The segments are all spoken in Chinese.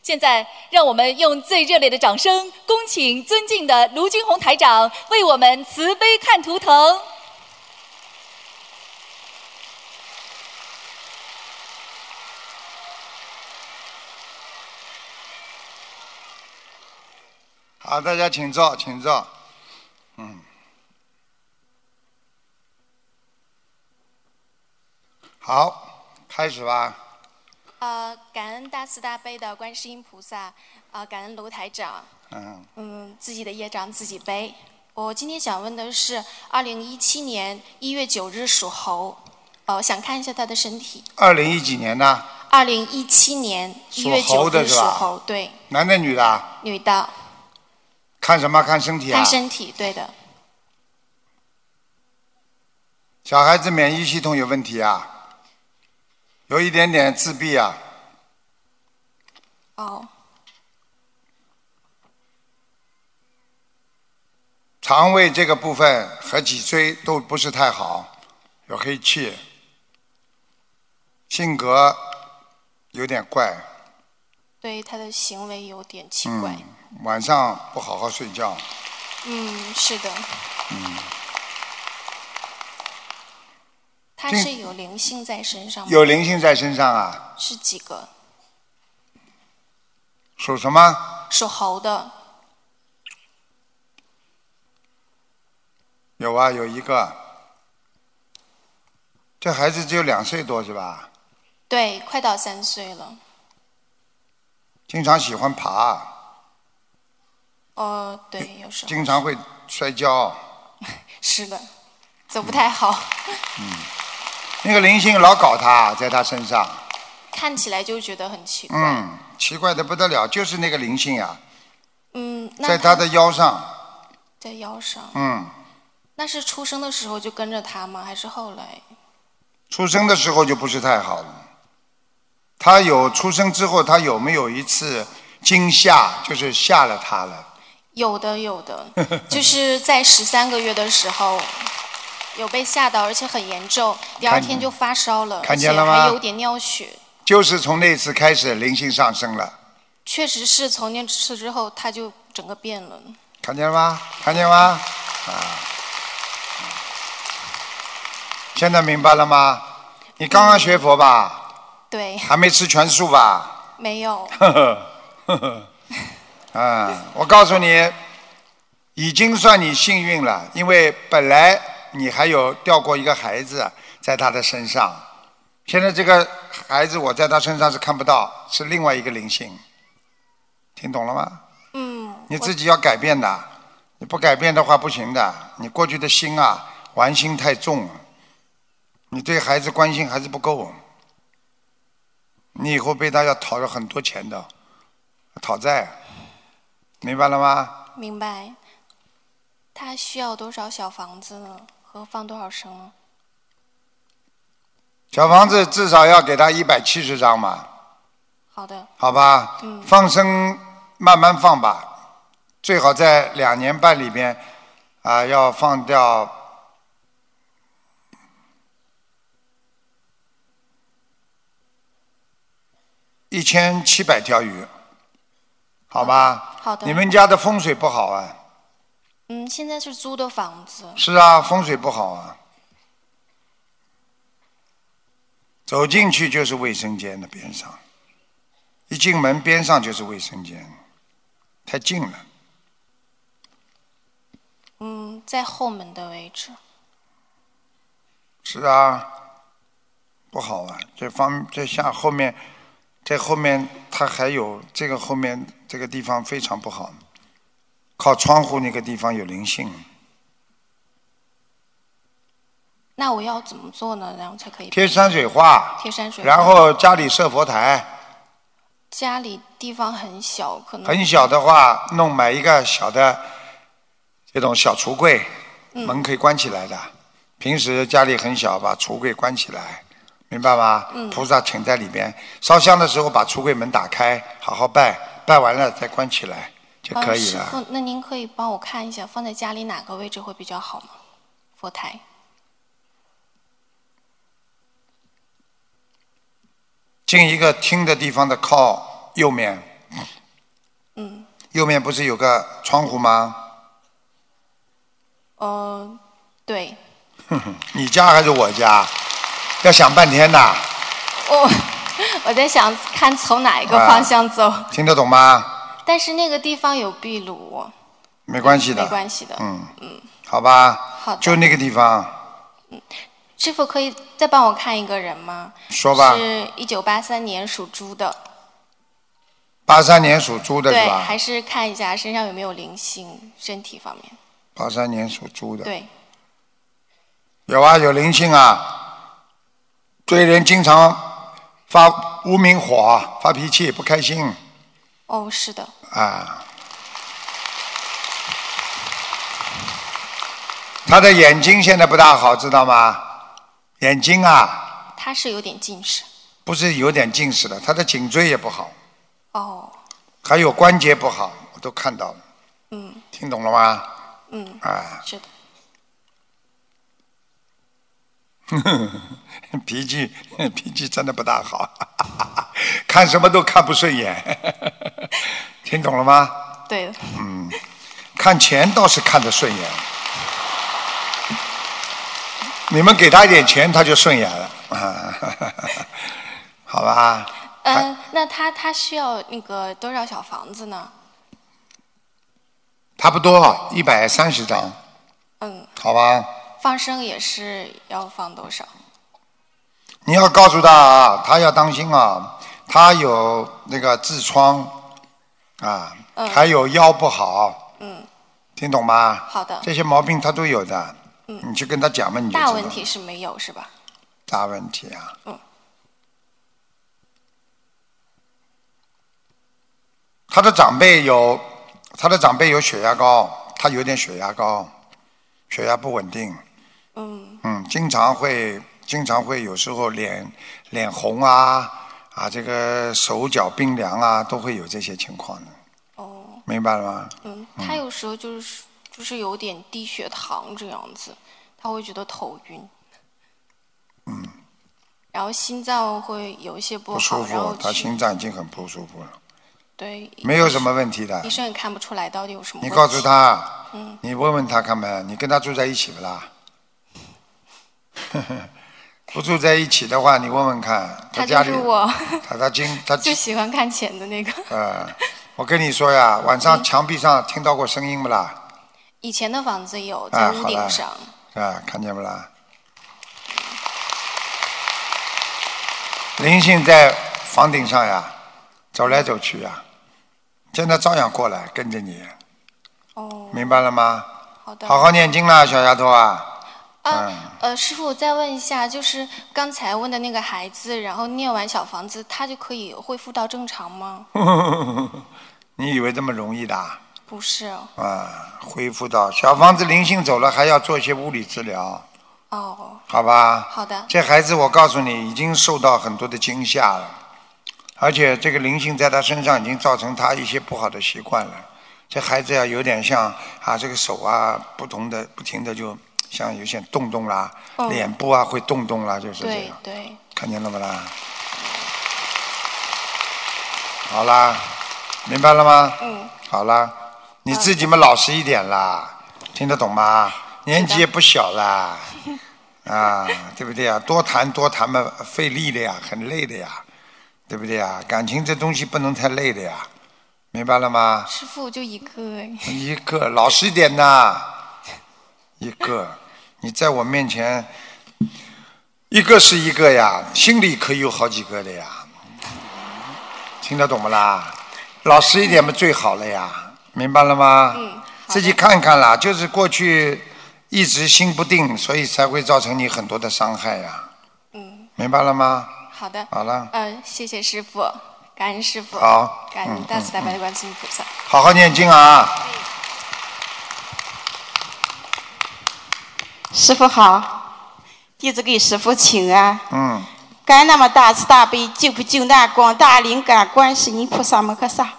现在，让我们用最热烈的掌声，恭请尊敬的卢军红台长为我们慈悲看图腾。 好，大家请坐，请坐。好，开始吧。 感恩大慈大悲的观世音菩萨，感恩卢台长。自己的业障自己背。我今天想问的是，2017年1月9日属猴，想看一下他的身体。 2010几年呢 ？2017年1月9日属猴，对。 男的女的？ 女的。 看什么？看身体啊？ 看身体，对的。 小孩子免疫系统有问题啊。有一点点自闭啊。肠胃这个部分和脊椎都不是太好，有黑气，性格有点怪。 对，他的行为有点奇怪。 晚上不好好睡觉。 是的。他是有灵性在身上吗？ 有灵性在身上啊。 是几个？ 属什么？ 属猴的。 有啊，有一个。这孩子只有2岁多是吧？ 对，快到3岁了。 经常喜欢爬。 对，有时候。 经常会摔跤。 是的，走不太好。 那个灵性老搞他，在他身上。 看起来就觉得很奇怪。 奇怪的不得了，就是那个灵性呀。 那在他的腰上。 在腰上。那是出生的时候就跟着他吗？还是后来？ 出生的时候就不是太好了。他有出生之后，他有没有一次惊吓，就是吓了他了？ 有的，就是在13个月的时候，有被吓到，而且很严重，第2天就发烧了， 看见了吗？ 而且还有点尿血。 就是从那次开始，灵性上升了。 确实是从那次之后，他就整个变了。 看见了吗？看见吗？现在明白了吗？你刚刚学佛吧？ 对。 还没吃全素吧？ 没有。 我告诉你，已经算你幸运了，因为本来你还有掉过一个孩子在他的身上，现在这个孩子我在他身上是看不到，是另外一个灵性，听懂了吗？你自己要改变的，你不改变的话不行的，你过去的心啊，玩心太重，你对孩子关心还是不够，你以后被他要讨了很多钱的，讨债，明白了吗？ 明白。他需要多少小房子呢？和放多少生呢？ 小房子至少要给他170张嘛。 好的。 好吧。放生慢慢放吧，最好在2年半里边要放掉1700条鱼，好吧？ 好的。 你们家的风水不好啊？ 现在是租的房子。 是啊，风水不好啊。走进去就是卫生间的边上，一进门边上就是卫生间，太近了。 在后门的位置。 是啊，不好啊，这下后面，这后面它还有这个后面这个地方非常不好，靠窗户那个地方有灵性。 那我要怎么做呢？然后才可以贴山水画，然后家里设佛台。 家里地方很小，可能很小的话，买一个小的这种小橱柜，门可以关起来的。平时家里很小，把橱柜关起来，明白吗？菩萨请在里边，烧香的时候把橱柜门打开，好好拜，拜完了再关起来就可以了。 师父，那您可以帮我看一下，放在家里哪个位置会比较好吗？佛台。进一个厅的地方的靠右面。 右面不是有个窗户吗？ 对。 你家还是我家？要想半天的。 我在想看从哪一个方向走。 听得懂吗？ 但是那个地方有壁炉。 没关系的。 没关系的。 好吧。 好的。 就那个地方。 师父可以再帮我看一个人吗？ 说吧。 是1983年属猪的。 83年属猪的是吧？ 对，还是看一下身上有没有灵性，身体方面。 83年属猪的。 对。 有啊，有灵性啊。这人经常发无名火，发脾气，不开心。 是的。 他的眼睛现在不大好，知道吗？眼睛啊。 他是有点近视。 不是有点近视的，他的颈椎也不好。还有关节不好，我都看到了。听懂了吗？ 是的。 脾气真的不大好，看什么都看不顺眼。听懂了吗？ 对的。 看钱倒是看得顺眼。你们给他一点钱，他就顺眼了。好吧。 那他需要那个多少小房子呢？ 差不多130张。好吧。 放生也是要放多少？ 你要告诉他啊，他要当心啊，他有那个痔疮啊，还有腰不好。听懂吗？ 好的。 这些毛病他都有的。你去跟他讲嘛，你就知道。 大问题是没有是吧？ 大问题啊。他的长辈有血压高，他有点血压高，血压不稳定。经常会有时候脸红啊，这个手脚冰凉啊，都会有这些情况的。明白了吗？ 他有时候就是有点低血糖这样子，他会觉得头晕。然后心脏会有一些不好， 舒然后服，他心脏已经很不舒服了。 对。 没有什么问题的。 医生也看不出来到底有什么问题。 你告诉他，你问问他看呗，你跟他住在一起不啦？不住在一起的话，你问问看。 他就是我。 他就喜欢看钱的那个。 我跟你说呀，晚上墙壁上听到过声音不啦？ 以前的房子有，在屋顶上。 看见不啦？灵性在房顶上呀，走来走去呀，现在照样过来跟着你。明白了吗？ 好的。 好好念经啦，小丫头啊。 师父，再问一下，就是刚才问的那个孩子，然后念完小房子，他就可以恢复到正常吗？ 你以为这么容易的？ 不是。 恢复到小房子灵性走了，还要做一些物理治疗。好吧。 好的。 这孩子我告诉你，已经受到很多的惊吓了，而且这个灵性在他身上已经造成他一些不好的习惯了。这孩子有点像这个手不停的就像有些动啦，脸部会动啦，就是这样。 对。 看见了不啦？好啦，明白了吗？好啦，你自己嘛老实一点啦，听得懂吗？年纪也不小啦，对不对呀？多谈嘛，费力的呀，很累的呀，对不对呀？感情这东西不能太累的呀，明白了吗？ 师父就一个。 一个，老实一点呐。一个，你在我面前，一个是一个呀，心里可以有好几个的呀，听得懂不啦？老实一点嘛最好了呀，明白了吗？自己看看啦，就是过去一直心不定，所以才会造成你很多的伤害呀。明白了吗？ 好的。 好了。 谢谢师父，感恩师父。 好。 感恩大慈大悲的观世音菩萨。 好好念经啊。 师父好，弟子给师父请安。 感恩那么大慈大悲救苦救难广大灵感观世音菩萨摩诃萨。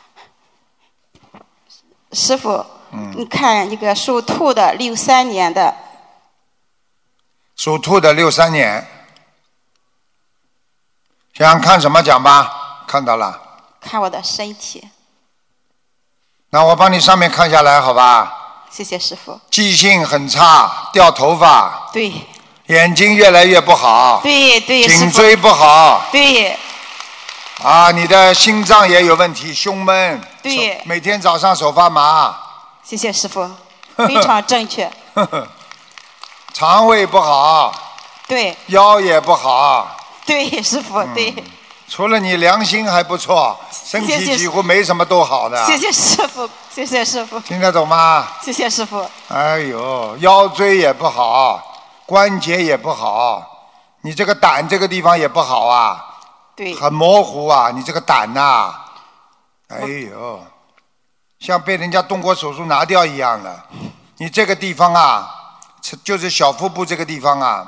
师父，你看一个属兔的63年的。 属兔的63年，想看什么讲吧？看到了。 看我的身体。 那我帮你上面看下来，好吧？ 谢谢师傅。 记性很差，掉头发。 对。 眼睛越来越不好。 对对。 颈椎不好。 对。 啊，你的心脏也有问题，胸闷。 对。 每天早上手发麻。 谢谢师傅，非常正确。 肠胃不好。 对。 腰也不好。 对，师傅，对。 除了你良心还不错，身体几乎没什么都好的。 谢谢师傅，谢谢师傅。 听得懂吗？ 谢谢师傅。 哎呦，腰椎也不好，关节也不好，你这个胆这个地方也不好啊。 对。 很模糊啊，你这个胆呐，哎呦，像被人家动过手术拿掉一样的。你这个地方啊，就是小腹部这个地方啊，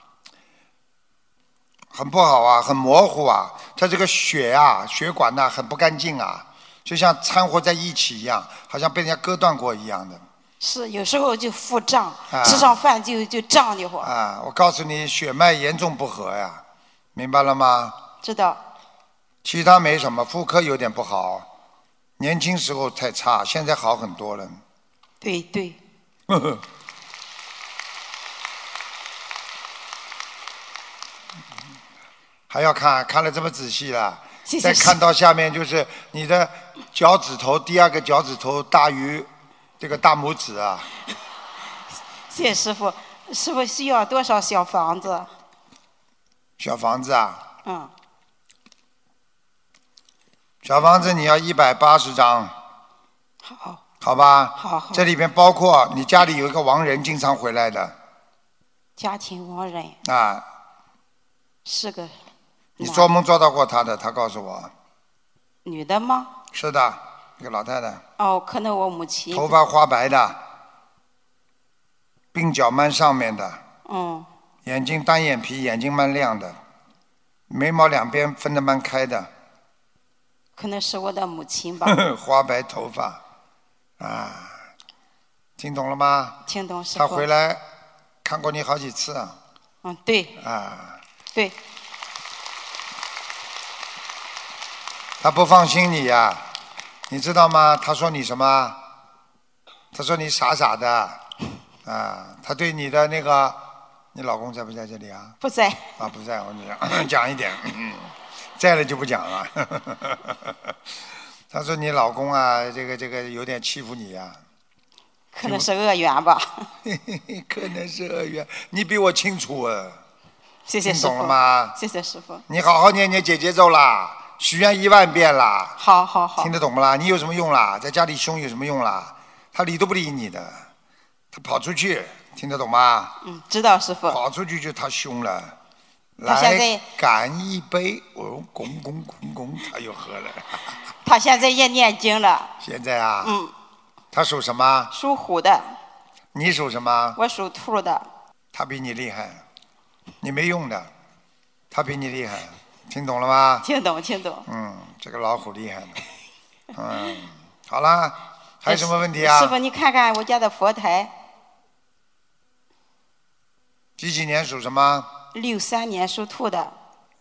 很不好啊，很模糊啊。它这个血啊，血管呐、很不干净啊，就像掺和在一起一样，好像被人家割断过一样的。 是，有时候就腹胀，吃上饭就胀得慌。 啊，我告诉你，血脉严重不和呀，明白了吗？ 知道。 其他没什么，妇科有点不好，年轻时候太差，现在好很多了。 对对。 呵呵。还要看了这么仔细了， 谢谢。 再看到下面就是你的脚趾头，第二个脚趾头大于这个大拇指啊。 谢谢师傅，师傅需要多少小房子？ 小房子啊？ 嗯。 小房子你要180张。 好。 好吧。 好。 这里边包括你家里有一个亡人经常回来的。 家庭亡人。 啊。 是个。 你做梦做到过他的，他告诉我。 女的吗？ 是的，一个老太太。 哦，可能我母亲。 头发花白的，鬓角蛮上面的。 嗯。 眼睛单眼皮，眼睛蛮亮的，眉毛两边分得蛮开的。 可能是我的母亲吧。 花白头发，啊，听懂了吗？ 听懂，师傅。 他回来看过你好几次啊。 嗯，对。 啊。 对。 他不放心你呀，你知道吗？他说你什么？他说你傻傻的，啊，他对你的那个，你老公在不在这里啊？ 不在。 啊，不在，我讲一点，在了就不讲了。他说你老公啊，这个有点欺负你呀。 可能是恶缘吧。 可能是恶缘，你比我清楚啊。 谢谢师傅。 听懂了吗？ 谢谢师傅。 你好好念念姐姐咒啦。许愿10000遍啦！ 好好好。 听得懂不啦？你有什么用啦？在家里凶有什么用啦？他理都不理你的，他跑出去，听得懂吗？ 嗯，知道师傅。 跑出去就他凶了， 来干一杯，哦，拱拱拱拱，他又喝了。 他现在也念经了。 现在啊？ 嗯。 他属什么？ 属虎的。 你属什么？ 我属兔的。 他比你厉害，你没用的，他比你厉害。听懂了吗？ 听懂，听懂。 嗯，这个老虎厉害了。嗯，好了，还有什么问题啊？ 师傅，你看看我家的佛台。 几年属什么 ？63年属兔的。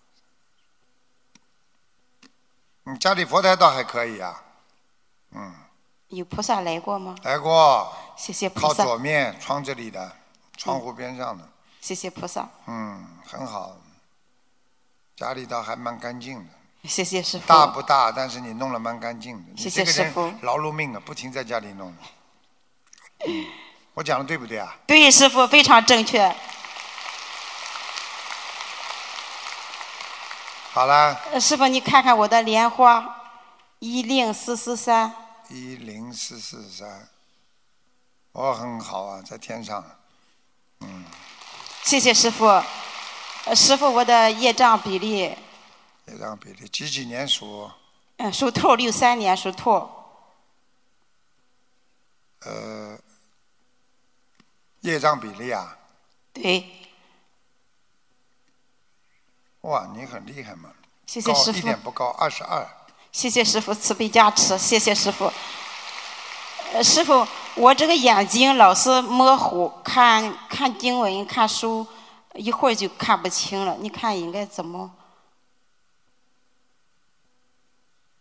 你家里佛台倒还可以啊。嗯。 有菩萨来过吗？ 来过。 谢谢菩萨。 靠左面窗这里的，窗户边上的。 谢谢菩萨。 嗯，很好。家里倒还蛮干净的。 谢谢师傅。 大不大，但是你弄得蛮干净的。 谢谢师傅。 你这个人劳碌命啊，不停在家里弄。我讲的对不对啊？ 对，师傅非常正确。 好了。 师傅，你看看我的莲花，10443。 10443。哦，很好啊，在天上。嗯。 谢谢师傅。师傅，我的业障比例。 业障比例，几年属？ 属兔，63年属兔。 业障比例啊？ 对。 哇，你很厉害嘛！ 谢谢师傅。 一点不高，22。 谢谢师傅慈悲加持，谢谢师傅。师傅，我这个眼睛老是模糊，看经文、看书。一会儿就看不清了，你看应该怎么？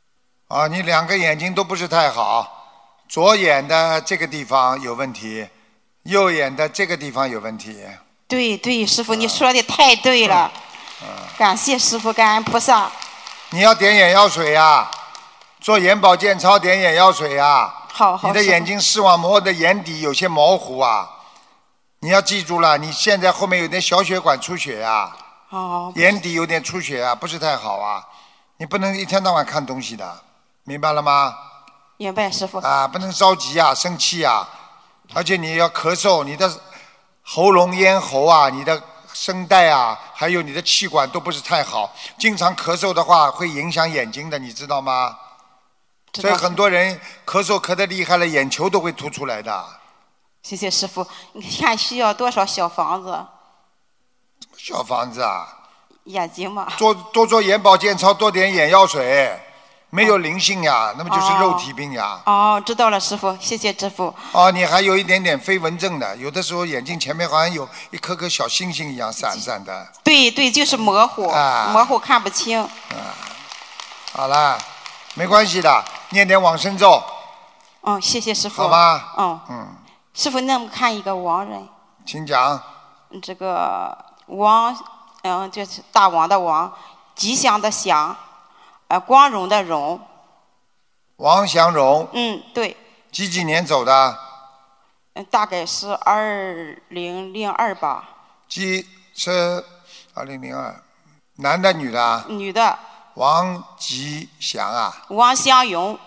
啊，你2个眼睛都不是太好，左眼的这个地方有问题，右眼的这个地方有问题。 对对，师傅你说的太对了，感谢师傅，感恩菩萨。 你要点眼药水呀，做眼保健操，点眼药水呀。 好， 你的眼睛视网膜的眼底有些模糊啊，你要记住了，你现在后面有点小血管出血呀，眼底有点出血啊，不是太好啊，你不能一天到晚看东西的，明白了吗？ 明白，师傅。 啊，不能着急啊，生气啊，而且你要咳嗽，你的喉咙、咽喉啊，你的声带啊，还有你的气管都不是太好，经常咳嗽的话会影响眼睛的，你知道吗？所以很多人咳嗽咳得厉害了，眼球都会凸出来的。 谢谢师傅，你看需要多少小房子？ 小房子啊？ 眼睛嘛。 多做眼保健操，多点眼药水。没有灵性呀，那么就是肉体病呀。 知道了，师傅，谢谢师傅。 你还有一点点飞蚊症的，有的时候眼睛前面好像有一颗颗小星星一样闪闪的。 对对，就是模糊，模糊看不清。 好了，没关系的，念点往生咒。 谢谢师傅。 好吧。 师傅，那么看一个亡人。 请讲。 这个王，就是大王的王，吉祥的祥。光荣的荣， 王祥荣。 对。 几年走的？ 大概是2002吧。 是2002，男的女的？ 女的。 王吉祥啊？ 王祥荣。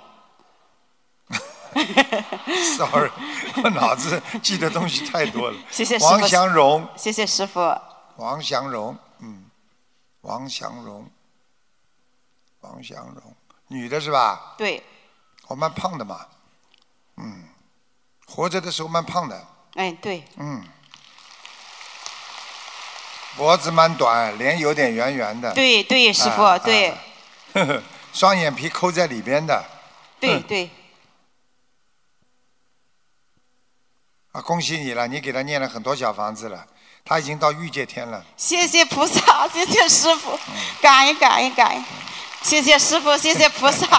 sorry， 我脑子记的东西太多了。 谢谢师傅。 王祥荣。 谢谢师傅。 王祥荣，王祥荣。王祥荣，女的是吧？ 对。 我蛮胖的嘛，活着的时候蛮胖的。 对。 脖子蛮短，脸有点圆圆的。 对对，师傅，对。 双眼皮抠在里边的。 对对。 恭喜你了，你给他念了很多小房子了，他已经到御界天了。 谢谢菩萨，谢谢师傅，感恩感恩感恩。谢谢师傅，谢谢菩萨。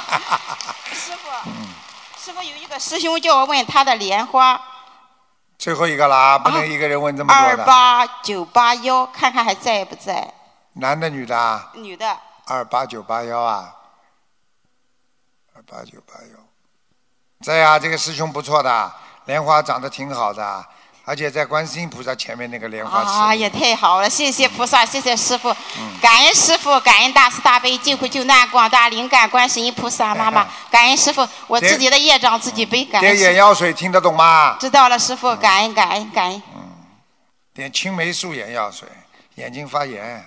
师傅有一个师兄叫我问他的莲花。 最后一个啦，不能一个人问这么多的。 28981，看看还在不在？ 男的女的啊？ 女的。 28981啊，28981，在啊，这个师兄不错的，莲花长得挺好的。而且在观世音菩萨前面那个莲花池。 也太好了，谢谢菩萨，谢谢师父，感恩师父，感恩大慈大悲救苦救难广大灵感观世音菩萨妈妈，感恩师父，我自己的业障自己背，感恩。 点眼药水听得懂吗？ 知道了，师父，感恩感恩感恩。 点青霉素眼药水，眼睛发炎。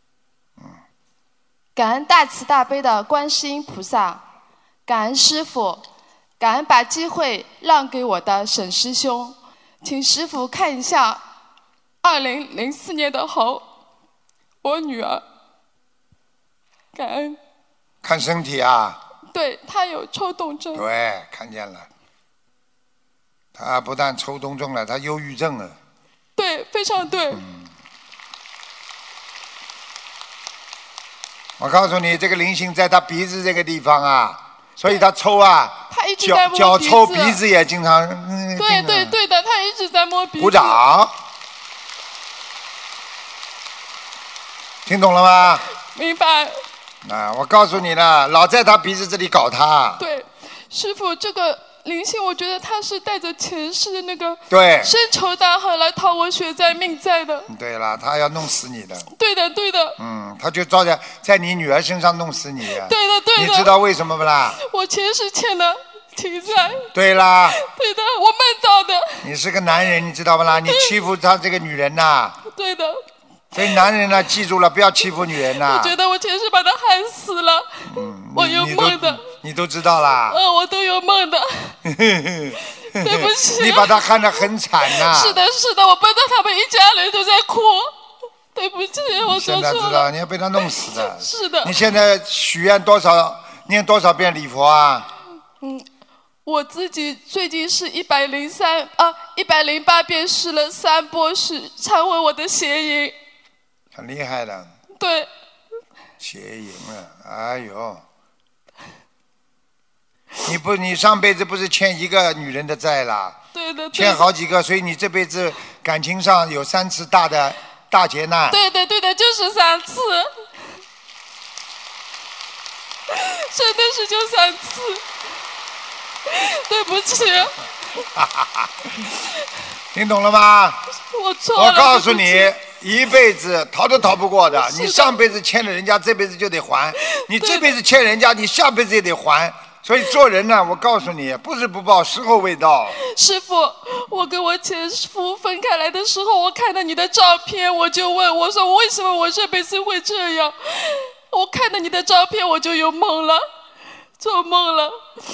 感恩大慈大悲的观世音菩萨，感恩师父，感恩把机会让给我的沈师兄。请师父看一下2004年的猴，我女儿。感恩。 看身体啊？ 对，她有抽动症。 对，看见了。她不但抽动症了，她忧郁症了。 对，非常对。 我告诉你，这个灵性在她鼻子这个地方啊。所以他抽啊， 他一直在摸鼻子， 脚抽鼻子也经常。 对对对的，他一直在摸鼻子。 鼓掌。听懂了吗？ 明白。 我告诉你了，老在他鼻子这里搞他。 对，师父，这个灵性，我觉得他是带着前世的那个深仇大恨来讨我血债命债的。 对了，他要弄死你的。 对的，对的。 他就照着在你女儿身上弄死你。 对的，对的。 你知道为什么不啦？ 我前世欠的情债。 对啦。 对的，我梦到的。 你是个男人，你知道不啦？你欺负他这个女人呐。 对的。 所以男人呢，记住了，不要欺负女人呐。 我觉得我前世把他害死了。我有梦的。 你都知道啦。 我都有梦的。对不起。 你把他害得很惨呐。 是的，是的，我梦到他们一家人都在哭。对不起，我说错了。 现在知道你要被他弄死的。 是的。 你现在许愿念多少遍礼佛啊？ 我自己最近是108遍试了3波是忏悔我的邪淫。 很厉害的。 对。 邪淫了，哎呦。 你上辈子不是欠一个女人的债啦？ 对的。 欠好几个，所以你这辈子感情上有3次大劫难。 对的，就是3次，真的是就3次，对不起。 听懂了吗？ 我错了。 我告诉你，一辈子逃都逃不过的。你上辈子欠了人家，这辈子就得还；你这辈子欠人家，你下辈子也得还。所以做人呢，我告诉你，不是不报，时候未到。 师父，我跟我前夫分开来的时候，我看到你的照片，我就问我说，为什么我这辈子会这样？我看到你的照片，我就有梦了，做梦了。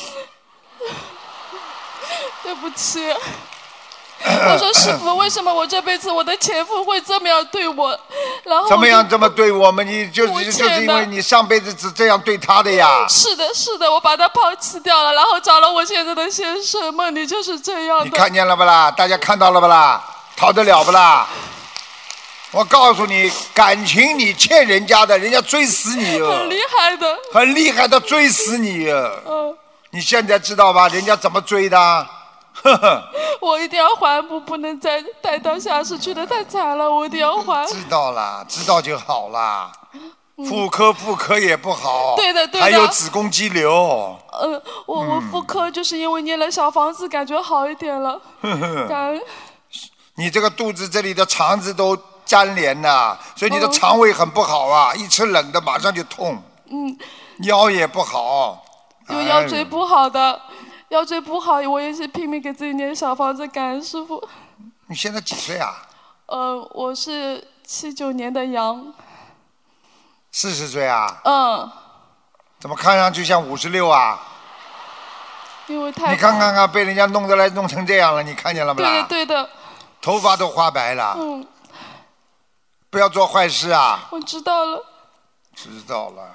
对不起。我说师父，为什么我这辈子我的前夫会这么样对我？然后怎么样这么对我们？你就是因为你上辈子只这样对他的呀。 是的，我把他抛弃掉了，然后找了我现在的先生，梦里就是这样的。 你看见了不啦？大家看到了不啦？逃得了不啦？我告诉你，感情你欠人家的，人家追死你哦。 很厉害的。 很厉害的追死你。你现在知道吧？人家怎么追的？ 我一定要还，我不能再带到下世去的，太惨了，我一定要还。 知道了，知道就好了。妇科也不好。 对的。 还有子宫肌瘤。 我妇科就是因为念了小房子，感觉好一点了。感恩。 你这个肚子这里的肠子都粘连了，所以你的肠胃很不好啊，一吃冷的马上就痛。腰也不好。 有腰椎不好的。腰椎不好，我也是拼命给自己念小房子，感恩师父。 你现在几岁啊？ 我是79年的羊。 40岁啊？怎么看上去像56啊？ 因为太…… 你看看，被人家弄成这样了，你看见了不啦？ 对的。 头发都花白了。不要做坏事啊！ 我知道了。 知道了。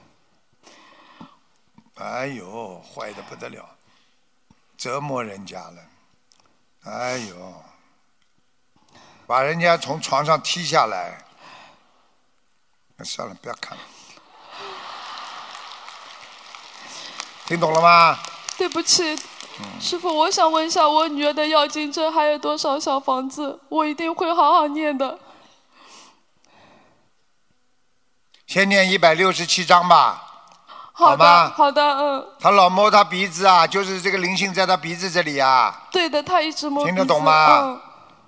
哎呦，坏得不得了。折磨人家了，哎呦，把人家从床上踢下来，那算了，不要看了。听懂了吗？ 对不起，师父，我想问一下，我女儿的要经者还有多少小房子？我一定会好好念的。 先念167章吧。 好的， 他老摸他鼻子啊，就是这个灵性在他鼻子这里啊。 对的，他一直摸鼻子。 听得懂吗？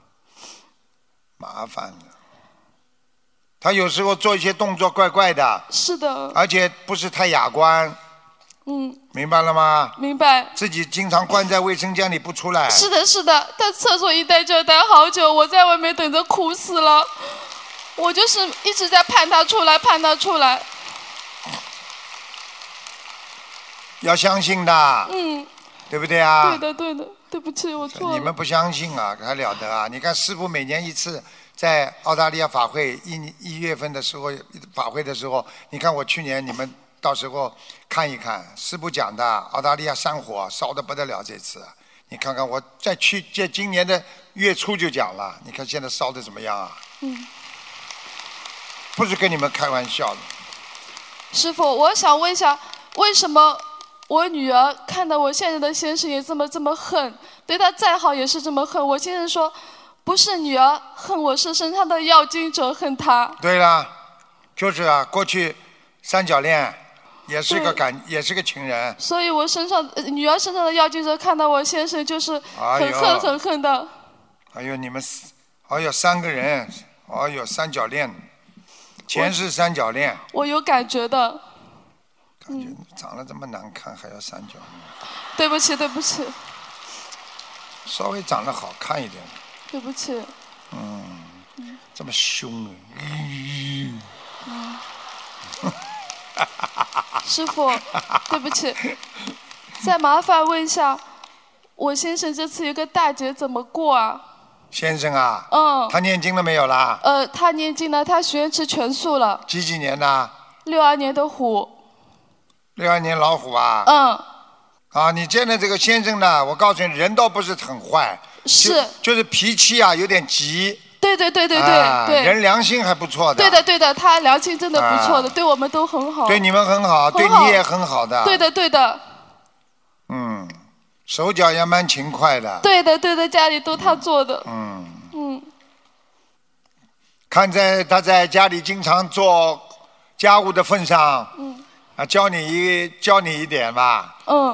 麻烦了。他有时候做一些动作怪怪的。 是的。 而且不是太雅观。明白了吗？ 明白。 自己经常关在卫生间里不出来。 是的，他厕所一待就要待好久，我在外面等着哭死了。我就是一直在盼他出来。 要相信的，对不对啊？ 对的，对不起，我错了。 你们不相信啊，还了得啊！你看师父每年一次在澳大利亚法会1月份的时候法会的时候，你看我去年你们到时候看一看，师父讲的澳大利亚山火烧得不得了，这次你看看我在今年的月初就讲了，你看现在烧得怎么样啊？不是跟你们开玩笑的。 师父，我想问一下，为什么我女儿看到我现在的先生也这么恨，对他再好也是这么恨？我先生说，不是女儿恨我，是身上的要经者恨他。 对了，就是啊，过去三角恋也是个情人。 所以我女儿身上的要经者看到我先生就是很恨的。 哎呦，你们3个人，哎呦，三角恋，前世三角恋。 我有感觉的。 感觉你长得这么难看，还要三角恋。 对不起。 稍微长得好看一点。 对不起。 这么凶师父，对不起，再麻烦问一下，我先生这次有个大劫怎么过啊？ 先生啊？他念经了没有啦？ 他念经了，他许愿吃全素了。 几年的 ？62年的虎。 62年老虎啊？你见的这个先生呢，我告诉你，人倒不是很坏，就是脾气啊有点急。对，人良心还不错的。 对的，他良心真的不错的，对我们都很好。 对你们很好，对你也很好的。 对的。 手脚也蛮勤快的。 对的，对的，家里都他做的。 看在他在家里经常做家务的份上，教你一点吧。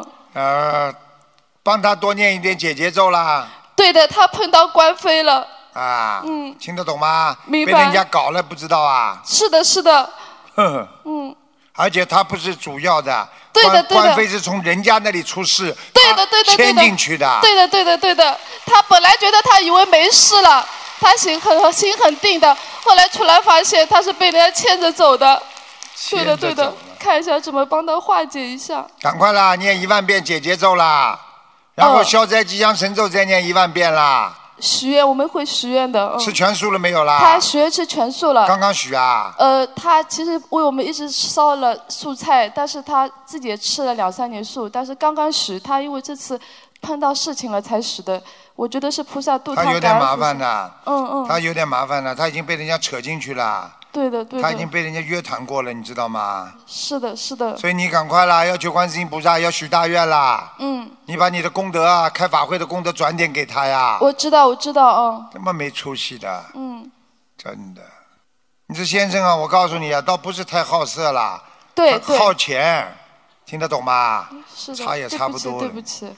帮他多念一点解结咒啦。 对的，他碰到官非了。 听得懂吗？ 明白。 被人家搞了不知道啊？ 是的，是的。 而且他不是主要的。 对的，对的。 官非是从人家那里出事， 对的，对的， 牵进去的。 对的，对的，对的。他本来觉得他以为没事了，他心很定的，后来出来发现他是被人家牵着走的。对的，对的。看一下怎么帮他化解一下。 赶快啦，念10000遍解结咒啦，然后消灾吉祥神咒再念10000遍啦。 许愿我们会许愿的。 吃全素了没有啦？ 他许愿吃全素了。 刚刚许啊？ 他其实为我们一直烧了素菜，但是他自己也吃了2、3年素，但是刚刚许，他因为这次碰到事情了才许的。我觉得是菩萨度他。 他有点麻烦的。他有点麻烦了，他已经被人家扯进去了。 对的，对的。 他已经被人家约谈过了，你知道吗？ 是的，是的。 所以你赶快啦，要求观世音菩萨，要许大愿啦。你把你的功德啊，开法会的功德转点给他呀。 我知道，我知道。 这么没出息的。真的。你这先生啊，我告诉你啊，倒不是太好色啦。 对。 好钱，听得懂吗？ 是的。 差也差不多了。 对不起。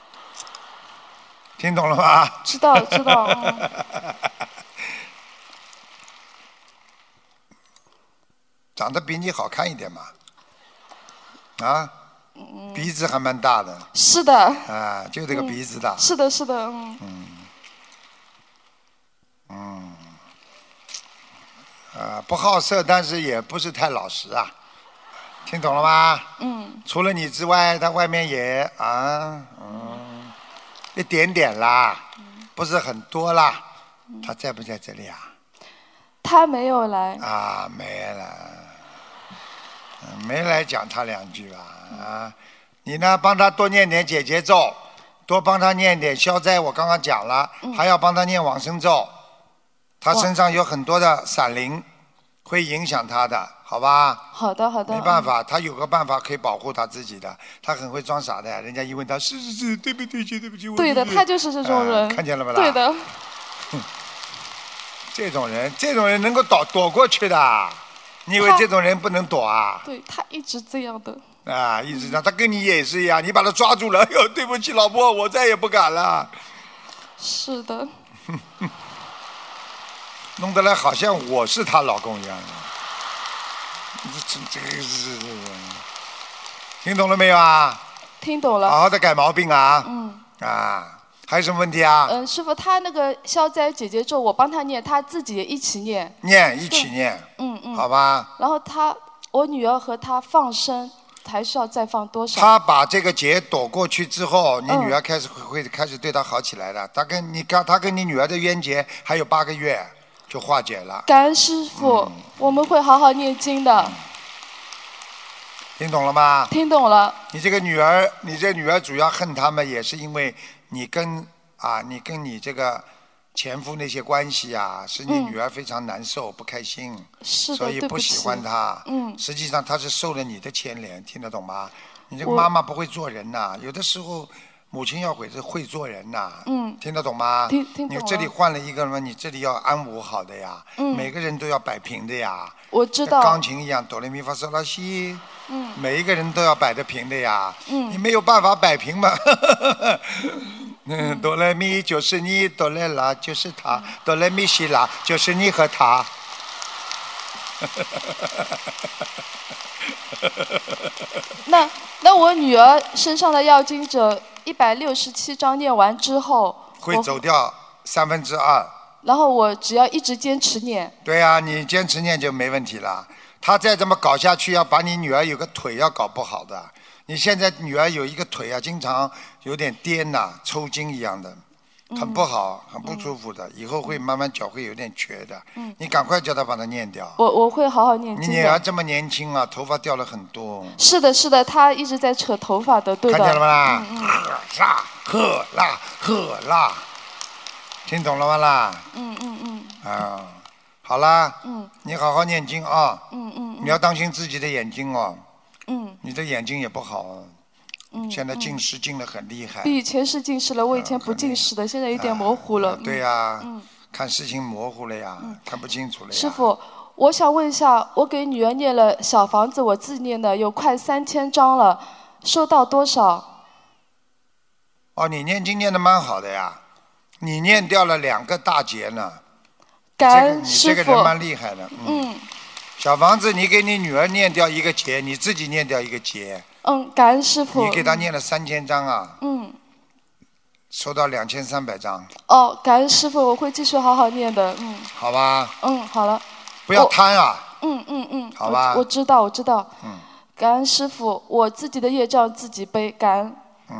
听懂了吗？ 知道。 长得比你好看一点嘛，鼻子还蛮大的。 是的。 就这个鼻子大。 是的。 不好色，但是也不是太老实啊，听懂了吗？除了你之外，他外面也一点点啦，不是很多啦。他在不在这里啊？ 他没有来。 没来。没来讲他2句吧。你呢，帮他多念点解结咒，多帮他念点消灾，我刚刚讲了，还要帮他念往生咒。他身上有很多的闪灵，会影响他的，好吧？ 好的。 没办法，他有个办法可以保护他自己的，他很会装傻的，人家一问他是，对不起。 对的，他就是这种人。 看见了没？ 对的。 这种人能够躲过去的。你以为这种人不能躲啊？ 对，他一直这样的。 一直这样，他跟你也是一样，你把他抓住了，哎呦，对不起，老婆，我再也不敢了。 是的。 弄得来好像我是她老公一样的。这个是，听懂了没有啊？ 听懂了。 好好的改毛病啊。还有什么问题啊？ 师父，他那个消灾解结咒，我帮他念，他自己也一起念。 一起念。好吧。 然后我女儿和他放生，还需要再放多少？ 他把这个劫躲过去之后，你女儿会开始对他好起来的。他跟你女儿的冤结还有8个月就化解了。 感恩师父，我们会好好念经的。 听懂了吗？ 听懂了。 你这女儿主要恨他们，也是因为你跟你这个前夫那些关系啊，使你女儿非常难受、不开心，所以不喜欢他。实际上他是受了你的牵连，听得懂吗？你这个妈妈不会做人呐，有的时候母亲要会做人呐。听得懂吗？ 听懂了。 你这里换了一个人，你这里要安抚好的呀。每个人都要摆平的呀。 我知道。 钢琴一样，哆来咪发嗦拉西。每一个人都要摆得平的呀。你没有办法摆平嘛。哆来咪就是你，哆来拉就是他，哆来咪西拉就是你和他。 那我女儿身上的要经者167章念完之后， 会走掉2/3。 然后我只要一直坚持念。 对啊，你坚持念就没问题了。他再这么搞下去，要把你女儿有个腿要搞不好的。你现在女儿有一个腿啊，经常有点颠呐，抽筋一样的，很不好，很不舒服的。以后会慢慢脚会有点瘸的。你赶快叫她把它念掉。 我会好好念经的。 你女儿这么年轻啊，头发掉了很多。 是的，是的，她一直在扯头发的，对的。 看见了吗啦？喝啦，听懂了吗啦？好啦。你好好念经啊。你要当心自己的眼睛哦。你的眼睛也不好。 现在近视近得很厉害。 比以前是近视了，我以前不近视的，现在有点模糊了。 对呀，看事情模糊了呀，看不清楚了呀。 师傅，我想问一下，我给女儿念了小房子，我自己念的有快3000张了，收到多少？ 哦，你念经念得蛮好的呀，你念掉了2个大劫呢。 感恩师傅。 你这个人蛮厉害的。小房子，你给你女儿念掉1个劫，你自己念掉1个劫。 感恩师傅。 你给她念了3000张啊。收到2300张。 哦，感恩师傅，我会继续好好念的。 好吧。 好了。 不要贪啊。好吧。 我知道。感恩师傅，我自己的业障自己背，感恩。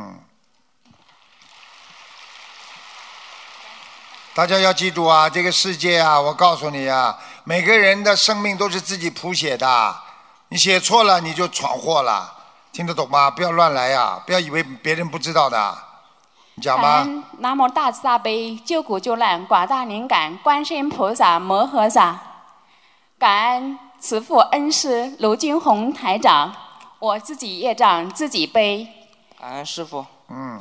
大家要记住啊，这个世界啊，我告诉你啊，每个人的生命都是自己谱写的，你写错了你就闯祸了，听得懂吗？不要乱来呀，不要以为别人不知道的。你讲吧。 南无大慈大悲救苦救难广大灵感观世音菩萨摩诃萨，感恩慈父恩师卢军宏台长，我自己业障自己背。 感恩师父。